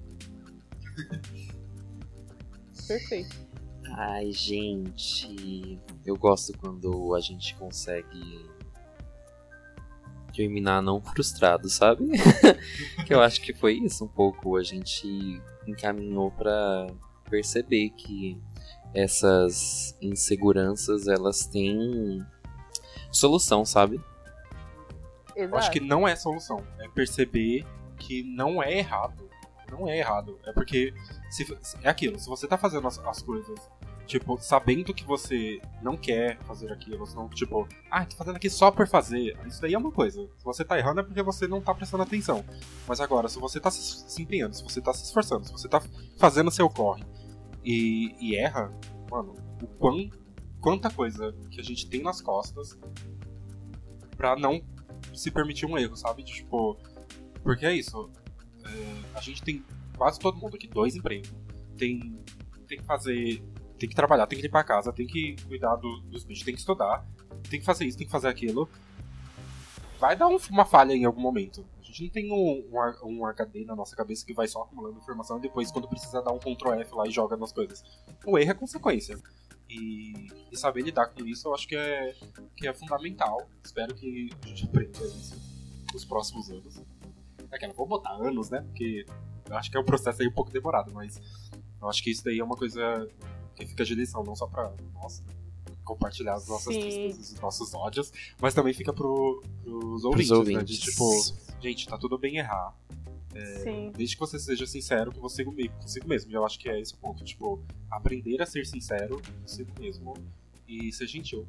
[SPEAKER 2] Perfeito.
[SPEAKER 1] Ai, gente, eu gosto quando a gente consegue terminar não frustrado, sabe? Que eu acho que foi isso um pouco. A gente encaminhou pra perceber que essas inseguranças, elas têm solução, sabe?
[SPEAKER 3] Eu acho que não é solução. É perceber que não é errado. Não é errado. É porque é aquilo. Se você tá fazendo as coisas, tipo, sabendo que você não quer fazer aquilo, senão, tipo, tô fazendo aqui só por fazer. Isso daí é uma coisa. Se você tá errando é porque você não tá prestando atenção. Mas agora, se você tá se empenhando, se você tá se esforçando, se você tá fazendo o seu corre e erra, mano, quanta coisa que a gente tem nas costas pra não se permitir um erro, sabe? Tipo, porque é isso. A gente tem quase todo mundo aqui 2 empregos. Tem que fazer. Tem que trabalhar, tem que limpar a casa, tem que cuidar dos bichos, tem que estudar, tem que fazer isso, tem que fazer aquilo. Vai dar uma falha em algum momento. A gente não tem um HD na nossa cabeça que vai só acumulando informação e depois, quando precisa, dar um Ctrl F lá e joga nas coisas. O erro é consequência. E saber lidar com isso eu acho que é fundamental. Espero que a gente aprenda isso nos próximos anos. Vou botar anos, né? Porque eu acho que é um processo aí um pouco demorado, mas eu acho que isso daí é uma coisa que fica de lição, não só pra nós compartilhar as nossas tristezas e os nossos ódios, mas também fica pros ouvintes, né? De tipo, gente, tá tudo bem errar. Desde que você seja sincero consigo mesmo. E eu acho que é esse o ponto. Tipo, aprender a ser sincero consigo mesmo e ser gentil.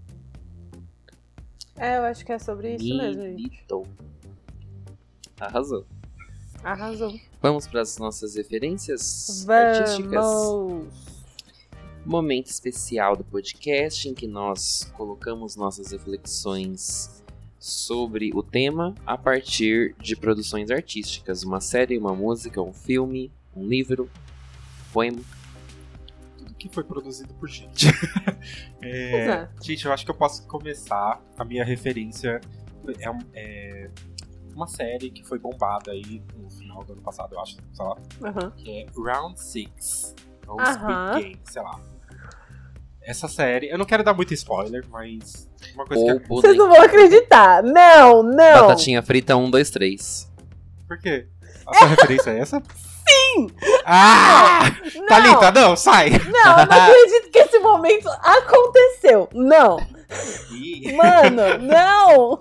[SPEAKER 2] Eu acho que é sobre isso mesmo, gente.
[SPEAKER 1] Arrasou. Vamos para as nossas referências artísticas? Momento especial do podcast em que nós colocamos nossas reflexões sobre o tema a partir de produções artísticas. Uma série, uma música, um filme, um livro, um poema.
[SPEAKER 3] Tudo que foi produzido por gente. Gente, eu acho que eu posso começar. A minha referência é uma série que foi bombada aí no final do ano passado, eu acho, sei lá. Que é Round 6. Ou Squid Game, sei lá. Essa série, eu não quero dar muito spoiler, mas uma coisa que...
[SPEAKER 2] Vocês não vão acreditar. Não.
[SPEAKER 1] Batatinha frita 1, 2, 3.
[SPEAKER 3] Por quê? A sua referência é essa?
[SPEAKER 2] Sim!
[SPEAKER 3] Não! Thalita, não, sai!
[SPEAKER 2] Não, eu não acredito que esse momento aconteceu. Não! Mano, não!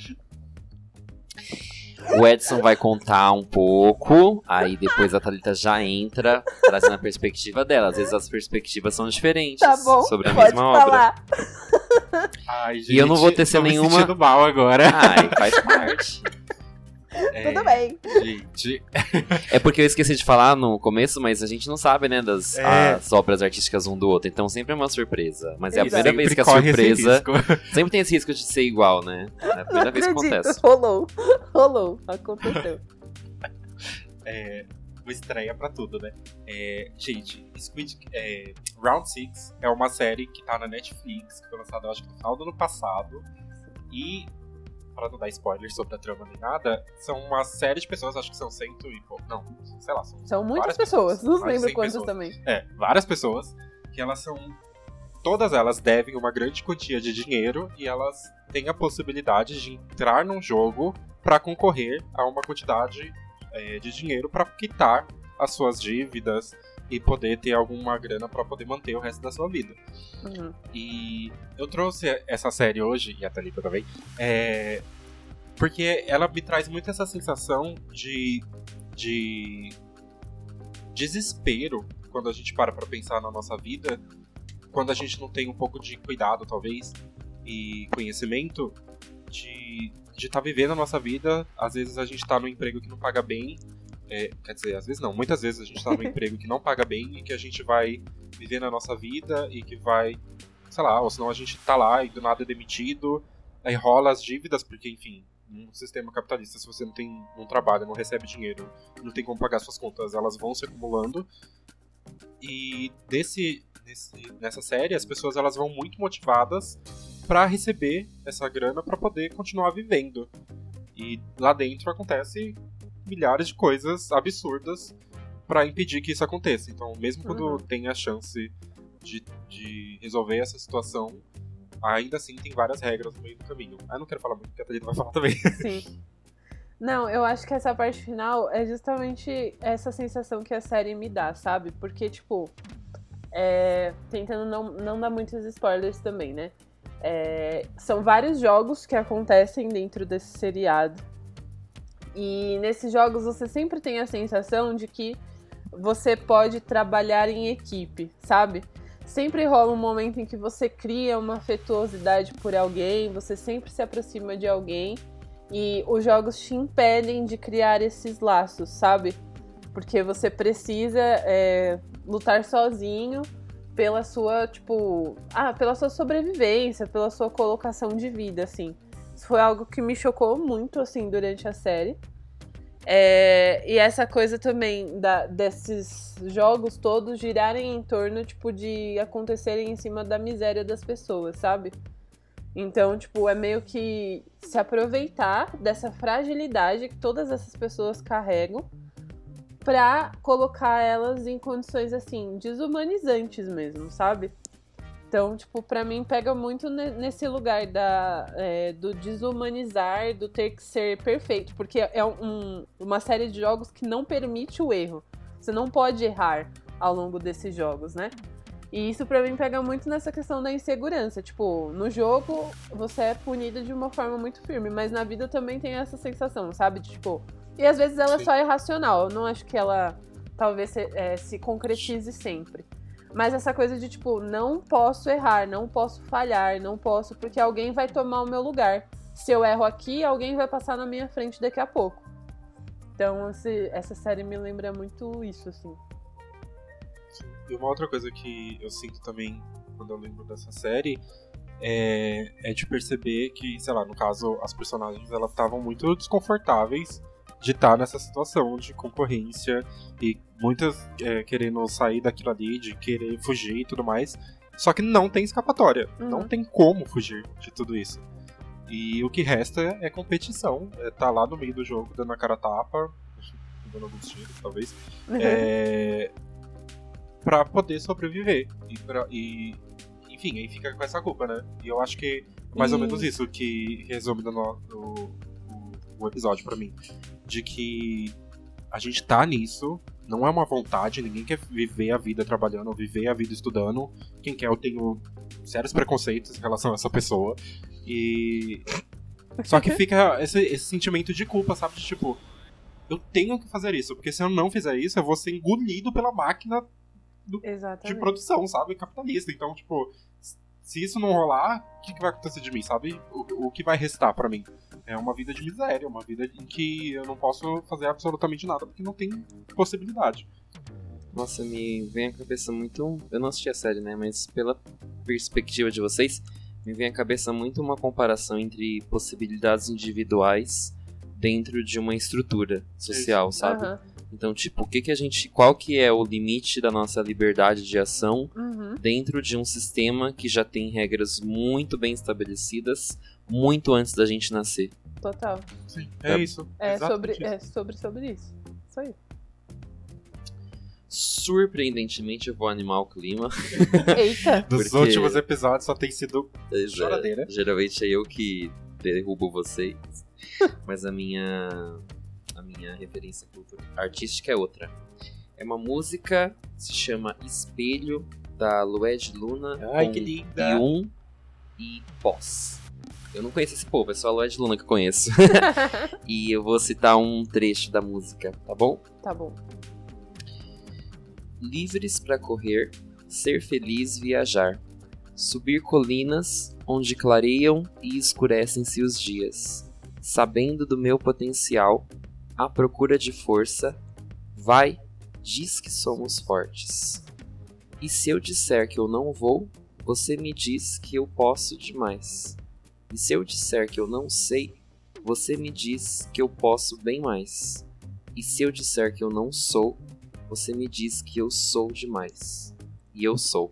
[SPEAKER 1] O Edson vai contar um pouco, aí depois a Thalita já entra, trazendo a perspectiva dela. Às vezes as perspectivas são diferentes sobre a mesma obra.
[SPEAKER 3] Ai, gente,
[SPEAKER 1] e eu não vou tecer nenhuma.
[SPEAKER 3] Me sentindo mal agora.
[SPEAKER 1] Ai, faz parte.
[SPEAKER 2] Tudo bem.
[SPEAKER 3] Gente.
[SPEAKER 1] É porque eu esqueci de falar no começo, mas a gente não sabe, né, as obras artísticas um do outro. Então sempre é uma surpresa. Mas é a primeira vez que a surpresa. Sempre tem esse risco de ser igual, né? É a primeira vez que acontece.
[SPEAKER 2] Rolou. Aconteceu.
[SPEAKER 3] Uma estreia pra tudo, né? Gente, Round 6 é uma série que tá na Netflix, que foi lançada, eu acho que no final do ano passado. E pra não dar spoiler sobre a trama nem nada, são uma série de pessoas, acho que são 100 e pouco, não, sei lá.
[SPEAKER 2] São muitas pessoas, não
[SPEAKER 3] mais de
[SPEAKER 2] lembro
[SPEAKER 3] 100
[SPEAKER 2] quantas
[SPEAKER 3] pessoas.
[SPEAKER 2] também.
[SPEAKER 3] Várias pessoas, que elas são... Todas elas devem uma grande quantia de dinheiro e elas têm a possibilidade de entrar num jogo pra concorrer a uma quantidade de dinheiro pra quitar as suas dívidas e poder ter alguma grana pra poder manter o resto da sua vida.
[SPEAKER 2] Uhum.
[SPEAKER 3] E eu trouxe essa série hoje, e a Thalita também, porque ela me traz muito essa sensação de desespero quando a gente para pra pensar na nossa vida, quando a gente não tem um pouco de cuidado, talvez, e conhecimento de estar vivendo a nossa vida. Às vezes a gente tá num emprego que não paga bem, quer dizer, às vezes não, muitas vezes a gente tá num emprego que não paga bem e que a gente vai viver na nossa vida e que vai, sei lá, ou senão a gente tá lá e do nada é demitido, aí rola as dívidas, porque, enfim, num sistema capitalista, se você não trabalha, não recebe dinheiro, não tem como pagar suas contas, elas vão se acumulando. E nessa série, as pessoas elas vão muito motivadas pra receber essa grana pra poder continuar vivendo. E lá dentro acontece milhares de coisas absurdas pra impedir que isso aconteça. Então, mesmo quando tem a chance de resolver essa situação, ainda assim tem várias regras no meio do caminho. Eu não quero falar muito, porque a Thalita vai falar também.
[SPEAKER 2] Sim. Não, eu acho que essa parte final é justamente essa sensação que a série me dá, sabe? Porque, tipo, tentando não dar muitos spoilers também, né? São vários jogos que acontecem dentro desse seriado. E nesses jogos você sempre tem a sensação de que você pode trabalhar em equipe, sabe? Sempre rola um momento em que você cria uma afetuosidade por alguém, você sempre se aproxima de alguém e os jogos te impedem de criar esses laços, sabe? Porque você precisa lutar sozinho pela sua, pela sua sobrevivência, pela sua colocação de vida, assim. Isso foi algo que me chocou muito, assim, durante a série. E essa coisa também desses jogos todos girarem em torno, de acontecerem em cima da miséria das pessoas, sabe? Então, é meio que se aproveitar dessa fragilidade que todas essas pessoas carregam pra colocar elas em condições, assim, desumanizantes mesmo, sabe? Então, pra mim pega muito nesse lugar do desumanizar, do ter que ser perfeito. Porque é uma série de jogos que não permite o erro. Você não pode errar ao longo desses jogos, né? E isso pra mim pega muito nessa questão da insegurança. No jogo você é punido de uma forma muito firme, mas na vida também tem essa sensação, sabe? E às vezes ela só é racional. Eu não acho que ela talvez se concretize sempre. Mas essa coisa de, não posso errar, não posso falhar, não posso, porque alguém vai tomar o meu lugar. Se eu erro aqui, alguém vai passar na minha frente daqui a pouco. Então, essa série me lembra muito isso, assim.
[SPEAKER 3] E uma outra coisa que eu sinto também quando eu lembro dessa série é de perceber que, sei lá, no caso, as personagens elas estavam muito desconfortáveis de estar nessa situação de concorrência e muitas querendo sair daquilo ali, de querer fugir e tudo mais. Só que não tem escapatória, não tem como fugir de tudo isso. E o que resta é competição, tá lá no meio do jogo dando a cara a tapa, dando alguns tiros talvez, pra poder sobreviver. Enfim, aí fica com essa culpa, né? E eu acho que é mais ou menos isso que resume o episódio pra mim. De que a gente tá nisso, não é uma vontade, ninguém quer viver a vida trabalhando ou viver a vida estudando. Quem quer, eu tenho sérios preconceitos em relação a essa pessoa. E só que fica esse sentimento de culpa, sabe? De eu tenho que fazer isso, porque se eu não fizer isso, eu vou ser engolido pela máquina de produção, sabe? Capitalista. Então, se isso não rolar, o que vai acontecer de mim, sabe? O que vai restar pra mim? É uma vida de miséria, uma vida em que eu não posso fazer absolutamente nada, porque não tem possibilidade.
[SPEAKER 1] Nossa, me vem à cabeça muito... Eu não assisti a série, né? Mas pela perspectiva de vocês, me vem à cabeça muito uma comparação entre possibilidades individuais dentro de uma estrutura social, sabe? Então, qual que é o limite da nossa liberdade de ação dentro de um sistema que já tem regras muito bem estabelecidas muito antes da gente nascer?
[SPEAKER 2] Total.
[SPEAKER 3] Sim, é isso.
[SPEAKER 2] É sobre
[SPEAKER 3] Exatamente
[SPEAKER 2] isso. Isso aí.
[SPEAKER 1] Surpreendentemente, eu vou animar o clima.
[SPEAKER 2] Eita!
[SPEAKER 3] Dos
[SPEAKER 1] Porque-
[SPEAKER 3] últimos episódios só tem sido
[SPEAKER 1] Pois é,
[SPEAKER 3] choradeira.
[SPEAKER 1] geralmente é eu que derrubo vocês. Mas a minha referência artística é outra. É uma música que se chama Espelho, da Lued Luna,
[SPEAKER 3] Ai,
[SPEAKER 1] com
[SPEAKER 3] que linda.
[SPEAKER 1] Yun e Pós. Eu não conheço esse povo, é só a Lued Luna que eu conheço. E eu vou citar um trecho da música, tá bom?
[SPEAKER 2] Tá bom.
[SPEAKER 1] Livres pra correr, ser feliz, viajar. Subir colinas onde clareiam e escurecem-se os dias. Sabendo do meu potencial, à procura de força, vai, diz que somos fortes. E se eu disser que eu não vou, você me diz que eu posso demais. E se eu disser que eu não sei, você me diz que eu posso bem mais. E se eu disser que eu não sou, você me diz que eu sou demais. E eu sou.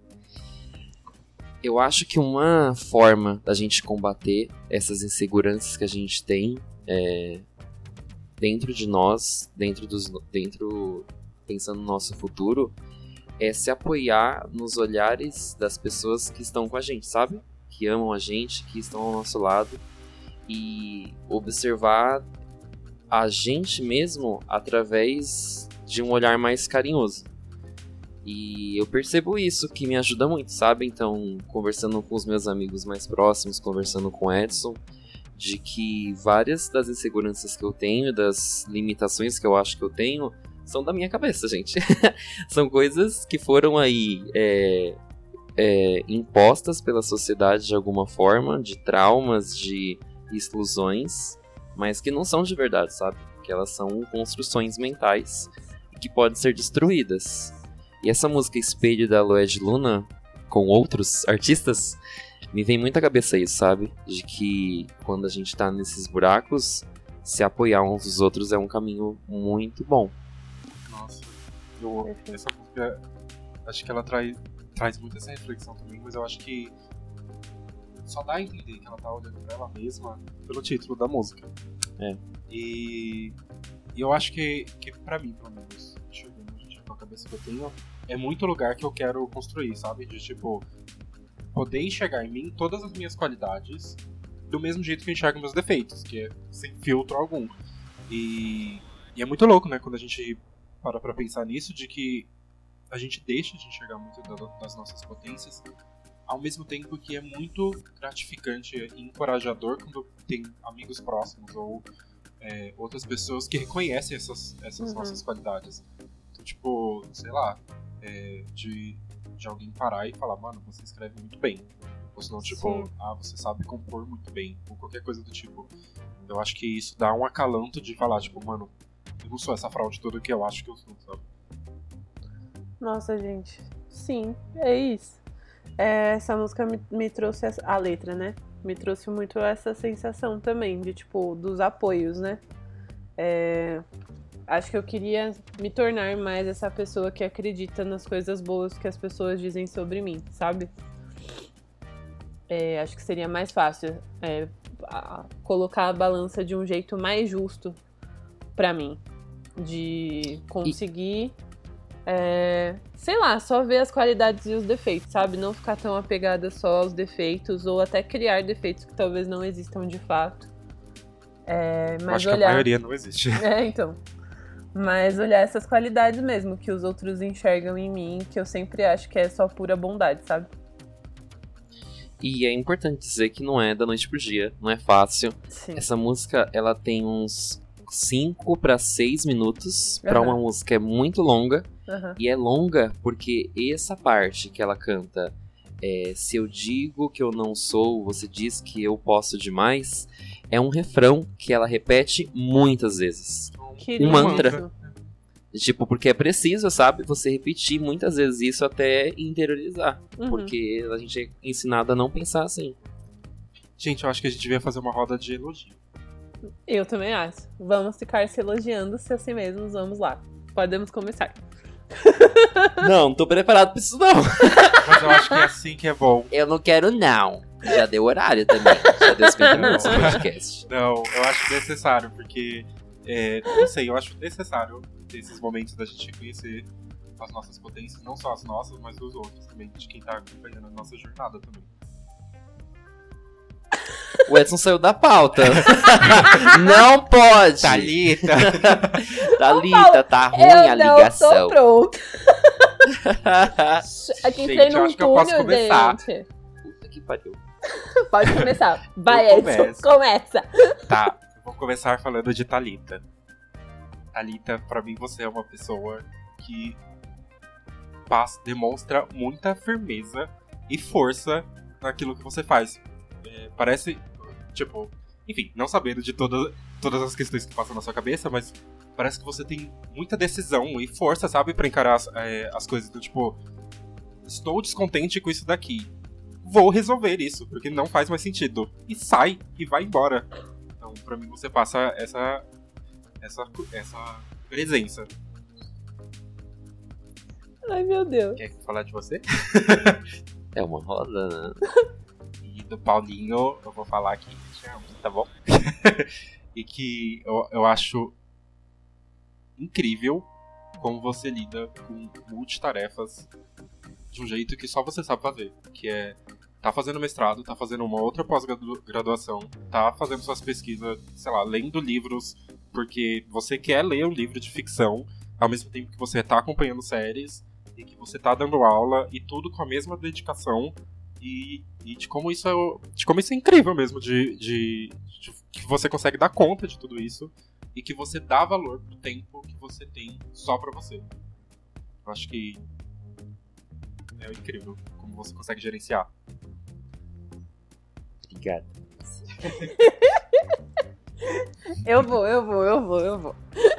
[SPEAKER 1] Eu acho que uma forma da gente combater essas inseguranças que a gente tem dentro de nós, pensando no nosso futuro, é se apoiar nos olhares das pessoas que estão com a gente, sabe? Que amam a gente, que estão ao nosso lado. E observar a gente mesmo através de um olhar mais carinhoso. E eu percebo isso, que me ajuda muito, sabe? Então, conversando com os meus amigos mais próximos, conversando com o Edson, de que várias das inseguranças que eu tenho, das limitações que eu acho que eu tenho, são da minha cabeça, gente. São coisas que foram aí impostas pela sociedade de alguma forma, de traumas, de exclusões, mas que não são de verdade, sabe? Que elas são construções mentais e que podem ser destruídas. E essa música Espelho da Lued Luna, com outros artistas, me vem muito à cabeça isso, sabe? De que quando a gente tá nesses buracos, se apoiar uns dos outros é um caminho muito bom.
[SPEAKER 3] Nossa, essa música, acho que ela traz muito essa reflexão também, mas eu acho que só dá a entender que ela tá olhando pra ela mesma pelo título da música. E eu acho que pra mim, pelo menos, chegando com a cabeça que eu tenho, é muito lugar que eu quero construir, sabe? De tipo, poder enxergar em mim todas as minhas qualidades do mesmo jeito que eu enxergo meus defeitos, que é sem filtro algum. E é muito louco, né, quando a gente para pra pensar nisso, de que a gente deixa de enxergar muito das nossas potências, ao mesmo tempo que é muito gratificante e encorajador quando tem amigos próximos ou outras pessoas que reconhecem essas nossas qualidades. Então, tipo, sei lá, de alguém parar e falar, mano, você escreve muito bem. Ou senão, tipo, você sabe compor muito bem, ou qualquer coisa do tipo. Eu acho que isso dá um acalanto de falar, tipo, mano, eu não sou essa fraude toda que eu acho que eu sou, sabe?
[SPEAKER 2] Nossa, gente. Sim, é isso. Essa música me trouxe a letra, né? Me trouxe muito essa sensação também de, tipo, dos apoios, né? Acho que eu queria me tornar mais essa pessoa que acredita nas coisas boas que as pessoas dizem sobre mim, sabe? Acho que seria mais fácil colocar a balança de um jeito mais justo pra mim. De conseguir, sei lá, só ver as qualidades e os defeitos, sabe? Não ficar tão apegada só aos defeitos ou até criar defeitos que talvez não existam de fato. Mas
[SPEAKER 3] acho que a maioria não existe.
[SPEAKER 2] Então. Mas olhar essas qualidades mesmo que os outros enxergam em mim, que eu sempre acho que é só pura bondade, sabe?
[SPEAKER 1] E é importante dizer que não é da noite pro dia, não é fácil.
[SPEAKER 2] Sim.
[SPEAKER 1] Essa música, ela tem uns 5 para 6 minutos pra uma música é muito longa. E é longa porque essa parte que ela canta, se eu digo que eu não sou, você diz que eu posso demais, é um refrão que ela repete muitas vezes.
[SPEAKER 2] Que
[SPEAKER 1] um mantra. Tipo, porque é preciso, sabe? Você repetir muitas vezes isso até interiorizar. Porque a gente é ensinado a não pensar assim.
[SPEAKER 3] Gente, eu acho que a gente devia fazer uma roda de elogio.
[SPEAKER 2] Eu também acho. Vamos ficar se elogiando-se a si mesmos. Vamos lá. Podemos começar.
[SPEAKER 1] Não tô preparado pra isso, não.
[SPEAKER 3] Mas eu acho que é assim que é bom.
[SPEAKER 1] Eu não quero, não. Já deu horário também. Já deu 50 minutos no podcast.
[SPEAKER 3] Não, eu acho necessário, porque... não sei, eu acho necessário ter esses momentos da gente reconhecer as nossas potências, não só as nossas, mas dos outros também, de quem tá acompanhando a nossa jornada também.
[SPEAKER 1] O Edson saiu da pauta. Não pode.
[SPEAKER 3] Thalita!
[SPEAKER 1] Thalita, tá ruim a ligação.
[SPEAKER 2] Eu tô pronta. Aqui
[SPEAKER 3] Gente,
[SPEAKER 2] entrei
[SPEAKER 3] eu
[SPEAKER 2] num
[SPEAKER 3] acho que eu posso
[SPEAKER 2] túnel,
[SPEAKER 3] começar.
[SPEAKER 2] gente.
[SPEAKER 1] Puta que pariu.
[SPEAKER 2] Pode começar. Vai,
[SPEAKER 3] Eu
[SPEAKER 2] Edson,
[SPEAKER 3] começo.
[SPEAKER 2] começa.
[SPEAKER 3] Tá, eu vou começar falando de Thalita. Thalita, pra mim, você é uma pessoa que demonstra muita firmeza e força naquilo que você faz. Parece, tipo, enfim, não sabendo de todas as questões que passam na sua cabeça, mas parece que você tem muita decisão e força, sabe, pra encarar as coisas do tipo, estou descontente com isso daqui. Vou resolver isso, porque não faz mais sentido. E sai e vai embora. Então, pra mim, você passa essa presença.
[SPEAKER 2] Ai, meu Deus.
[SPEAKER 3] Quer falar de você?
[SPEAKER 1] É uma roda, né?
[SPEAKER 3] E do Paulinho, eu vou falar que te amo, tá bom? E que eu acho incrível como você lida com multitarefas de um jeito que só você sabe fazer. Que é, tá fazendo mestrado, tá fazendo uma outra pós-graduação, tá fazendo suas pesquisas, sei lá, lendo livros, porque você quer ler um livro de ficção, ao mesmo tempo que você tá acompanhando séries, e que você tá dando aula, e tudo com a mesma dedicação, e de como isso é incrível mesmo, de que você consegue dar conta de tudo isso, e que você dá valor pro tempo que você tem só pra você. Eu acho que é incrível como você consegue gerenciar.
[SPEAKER 1] Obrigado.
[SPEAKER 2] Eu vou.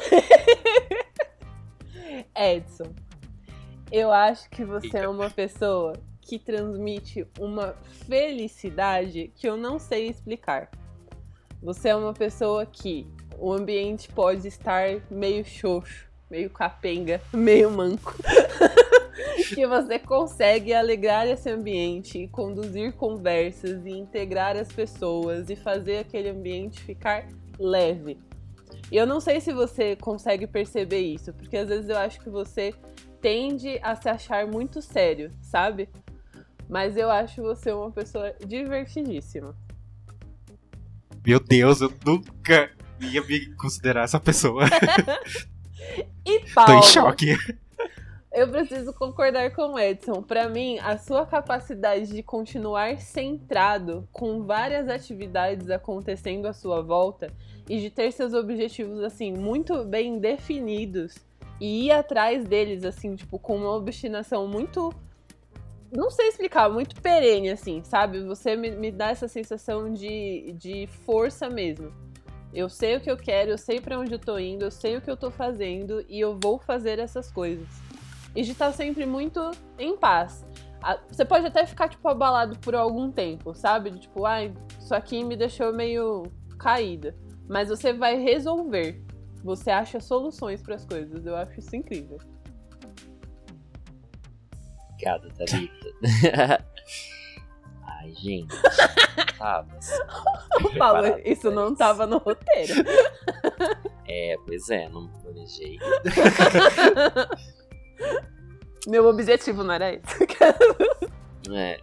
[SPEAKER 2] Edson, eu acho que você é uma pessoa que transmite uma felicidade que eu não sei explicar. Você é uma pessoa que o ambiente pode estar meio xoxo, meio capenga, meio manco. Que você consegue alegrar esse ambiente e conduzir conversas e integrar as pessoas e fazer aquele ambiente ficar leve. E eu não sei se você consegue perceber isso, porque às vezes eu acho que você tende a se achar muito sério, sabe? Mas eu acho você uma pessoa divertidíssima.
[SPEAKER 3] Meu Deus, eu nunca ia me considerar essa pessoa.
[SPEAKER 2] E
[SPEAKER 3] Tô
[SPEAKER 2] Paulo,
[SPEAKER 3] em choque.
[SPEAKER 2] eu preciso concordar com o Edson. Pra mim, a sua capacidade de continuar centrado com várias atividades acontecendo à sua volta e de ter seus objetivos, assim, muito bem definidos e ir atrás deles, assim, tipo, com uma obstinação muito... Não sei explicar, muito perene, assim, sabe? Você me dá essa sensação de força mesmo. Eu sei o que eu quero, eu sei pra onde eu tô indo, eu sei o que eu tô fazendo e eu vou fazer essas coisas. E de estar sempre muito em paz. Você pode até ficar, tipo, abalado por algum tempo, sabe? De, tipo, ai, isso aqui me deixou meio caída. Mas você vai resolver. Você acha soluções pras coisas. Eu acho isso incrível.
[SPEAKER 1] Obrigado, Thalita. Ai, gente. Tava
[SPEAKER 2] Paulo,
[SPEAKER 1] preparado
[SPEAKER 2] isso
[SPEAKER 1] pra
[SPEAKER 2] não tava no roteiro.
[SPEAKER 1] Pois é, não planejei.
[SPEAKER 2] Meu objetivo não era esse.
[SPEAKER 1] É.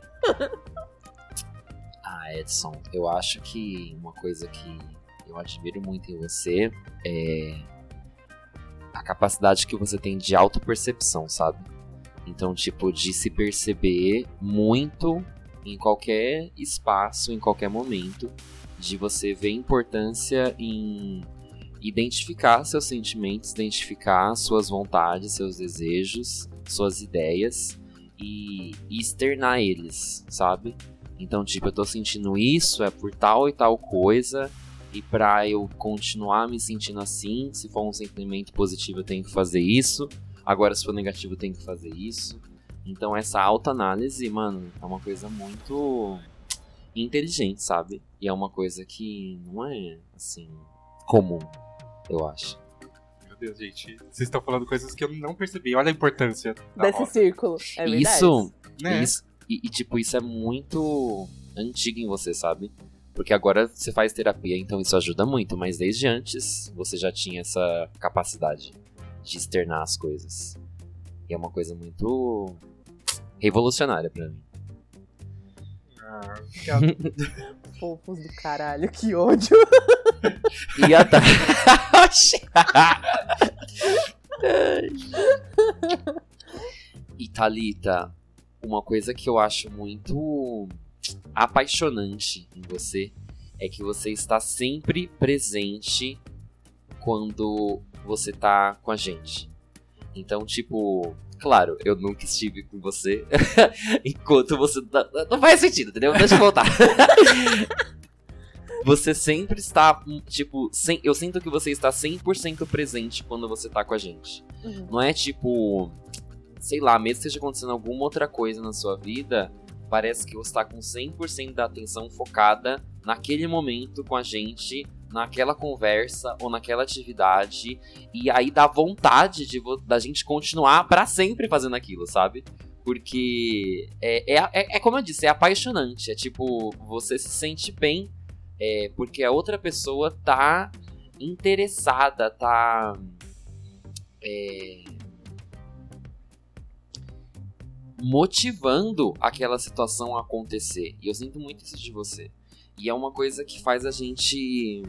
[SPEAKER 1] Edson, eu acho que uma coisa que eu admiro muito em você é a capacidade que você tem de autopercepção, sabe? Então, tipo, de se perceber muito em qualquer espaço, em qualquer momento, de você ver importância em identificar seus sentimentos, identificar suas vontades, seus desejos, suas ideias e externar eles, sabe? Então, tipo, eu tô sentindo isso, é por tal e tal coisa, e pra eu continuar me sentindo assim, se for um sentimento positivo eu tenho que fazer isso, agora se for negativo eu tenho que fazer isso. Então essa autoanálise, mano, é uma coisa muito inteligente, sabe? E é uma coisa que não é, assim, comum, eu acho.
[SPEAKER 3] Meu Deus, gente. Vocês estão falando coisas que eu não percebi. Olha a importância da
[SPEAKER 2] Desse
[SPEAKER 3] roda.
[SPEAKER 2] círculo. É verdade.
[SPEAKER 1] Isso, tipo, isso é muito antigo em você, sabe? Porque agora você faz terapia, então isso ajuda muito. Mas desde antes, você já tinha essa capacidade de externar as coisas. E é uma coisa muito revolucionária pra mim.
[SPEAKER 3] Ah, obrigado.
[SPEAKER 2] Fofos do caralho, que ódio.
[SPEAKER 1] E a E Thalita, uma coisa que eu acho muito apaixonante em você é que você está sempre presente quando você tá com a gente. Então, tipo, claro, eu nunca estive com você enquanto você... Não faz sentido, entendeu? Deixa eu voltar. Você sempre está, tipo... Eu sinto que você está 100% presente quando você tá com a gente.
[SPEAKER 2] Uhum.
[SPEAKER 1] Não é tipo... Sei lá, mesmo que esteja acontecendo alguma outra coisa na sua vida, parece que você está com 100% da atenção focada naquele momento com a gente, naquela conversa ou naquela atividade. E aí dá vontade da gente continuar pra sempre fazendo aquilo, sabe? Porque é como eu disse, é apaixonante. É tipo, você se sente bem porque a outra pessoa tá interessada, tá... motivando aquela situação a acontecer. E eu sinto muito isso de você. E é uma coisa que faz a gente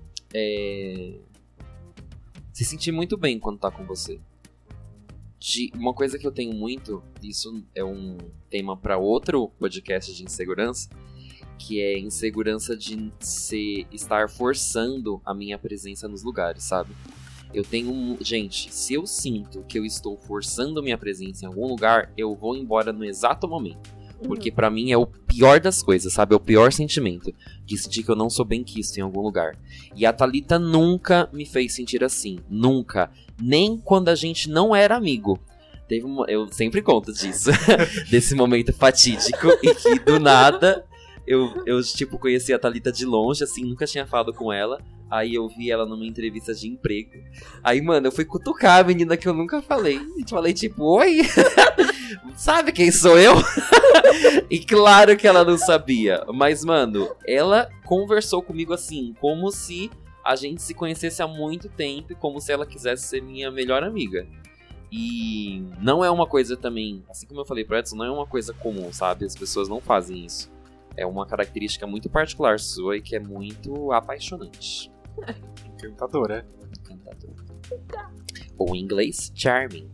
[SPEAKER 1] se sentir muito bem quando tá com você. Uma coisa que eu tenho muito, isso é um tema para outro podcast de insegurança, que é insegurança de estar forçando a minha presença nos lugares, sabe? Eu tenho... Gente, se eu sinto que eu estou forçando minha presença em algum lugar, eu vou embora no exato momento. Porque pra mim é o pior das coisas, sabe? É o pior sentimento. De sentir que eu não sou bem quisto em algum lugar. E a Thalita nunca me fez sentir assim. Nunca. Nem quando a gente não era amigo. Eu sempre conto disso. Desse momento fatídico. E que do nada... Eu tipo, conheci a Thalita de longe, assim, nunca tinha falado com ela. Aí eu vi ela numa entrevista de emprego. Aí, mano, eu fui cutucar a menina que eu nunca falei. E falei, tipo, oi? Sabe quem sou eu? E claro que ela não sabia. Mas, mano, ela conversou comigo assim, como se a gente se conhecesse há muito tempo. Como se ela quisesse ser minha melhor amiga. E não é uma coisa também, assim como eu falei pro Edson, não é uma coisa comum, sabe? As pessoas não fazem isso. É uma característica muito particular sua e que é muito apaixonante.
[SPEAKER 3] Encantadora.
[SPEAKER 1] Ou em inglês, charming.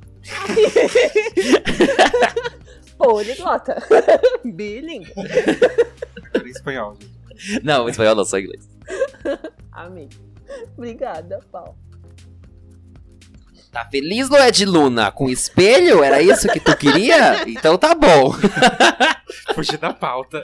[SPEAKER 2] Poliglota. Bilingue.
[SPEAKER 3] Agora em espanhol, gente.
[SPEAKER 1] Não, em espanhol não, só em inglês.
[SPEAKER 2] Amém. Obrigada, Paulo.
[SPEAKER 1] Tá feliz, Lued Luna? Com espelho? Era isso que tu queria? Então tá bom.
[SPEAKER 3] Fugir da pauta.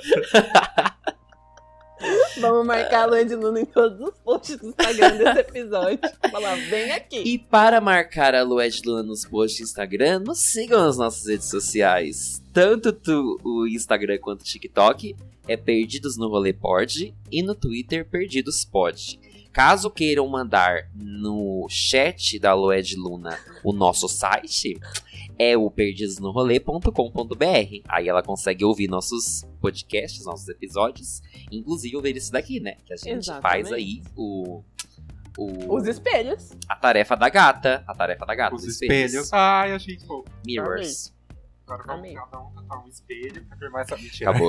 [SPEAKER 2] Vamos marcar a Lued Luna em todos os posts do Instagram desse episódio. Falar, vem aqui.
[SPEAKER 1] E para marcar a Lued Luna nos posts do Instagram, nos sigam nas nossas redes sociais. Tanto o Instagram quanto o TikTok é Perdidos no Rolê Pod e no Twitter Perdidos Pod. Caso queiram mandar no chat da Lued Luna o nosso site, é o perdidosnorolê.com.br. Aí ela consegue ouvir nossos podcasts, nossos episódios, inclusive ouvir esse daqui, né? Que a gente
[SPEAKER 2] Exatamente.
[SPEAKER 1] faz aí
[SPEAKER 2] Os espelhos.
[SPEAKER 1] a tarefa da gata.
[SPEAKER 3] Os espelhos. Ai, achei fofo.
[SPEAKER 1] Mirrors.
[SPEAKER 3] Agora vamos
[SPEAKER 2] Amém.
[SPEAKER 3] cada um tatuar um espelho pra firmar essa mentira.
[SPEAKER 1] Acabou.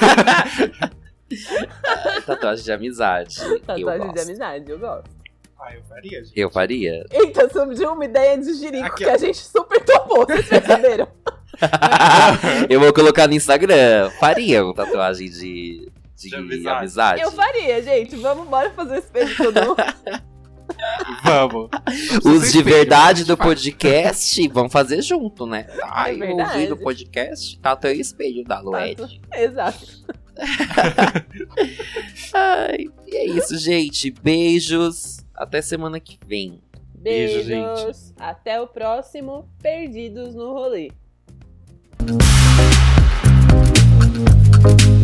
[SPEAKER 1] Tatuagem de amizade.
[SPEAKER 2] Tatuagem de amizade, eu gosto.
[SPEAKER 3] Ah, eu faria, gente.
[SPEAKER 1] Eu faria.
[SPEAKER 2] Eita, surgiu uma ideia de jirico
[SPEAKER 3] Aqui,
[SPEAKER 2] que
[SPEAKER 3] ó.
[SPEAKER 2] a gente super topou, vocês perceberam?
[SPEAKER 1] Eu vou colocar no Instagram. Faria uma tatuagem de amizade.
[SPEAKER 2] Eu faria, gente. Vamos embora fazer esse espelho todo mundo.
[SPEAKER 3] Vamos.
[SPEAKER 1] Os de verdade
[SPEAKER 3] a gente
[SPEAKER 1] do
[SPEAKER 3] faz.
[SPEAKER 1] podcast vão fazer junto, né? Ai, eu
[SPEAKER 2] verdade.
[SPEAKER 1] ouvi no podcast, tatu o espelho da Lued.
[SPEAKER 2] Exato.
[SPEAKER 1] Ai, e é isso, gente. Beijos. Até semana que vem.
[SPEAKER 3] Beijo,
[SPEAKER 2] Beijos. Até o próximo Perdidos no Rolê.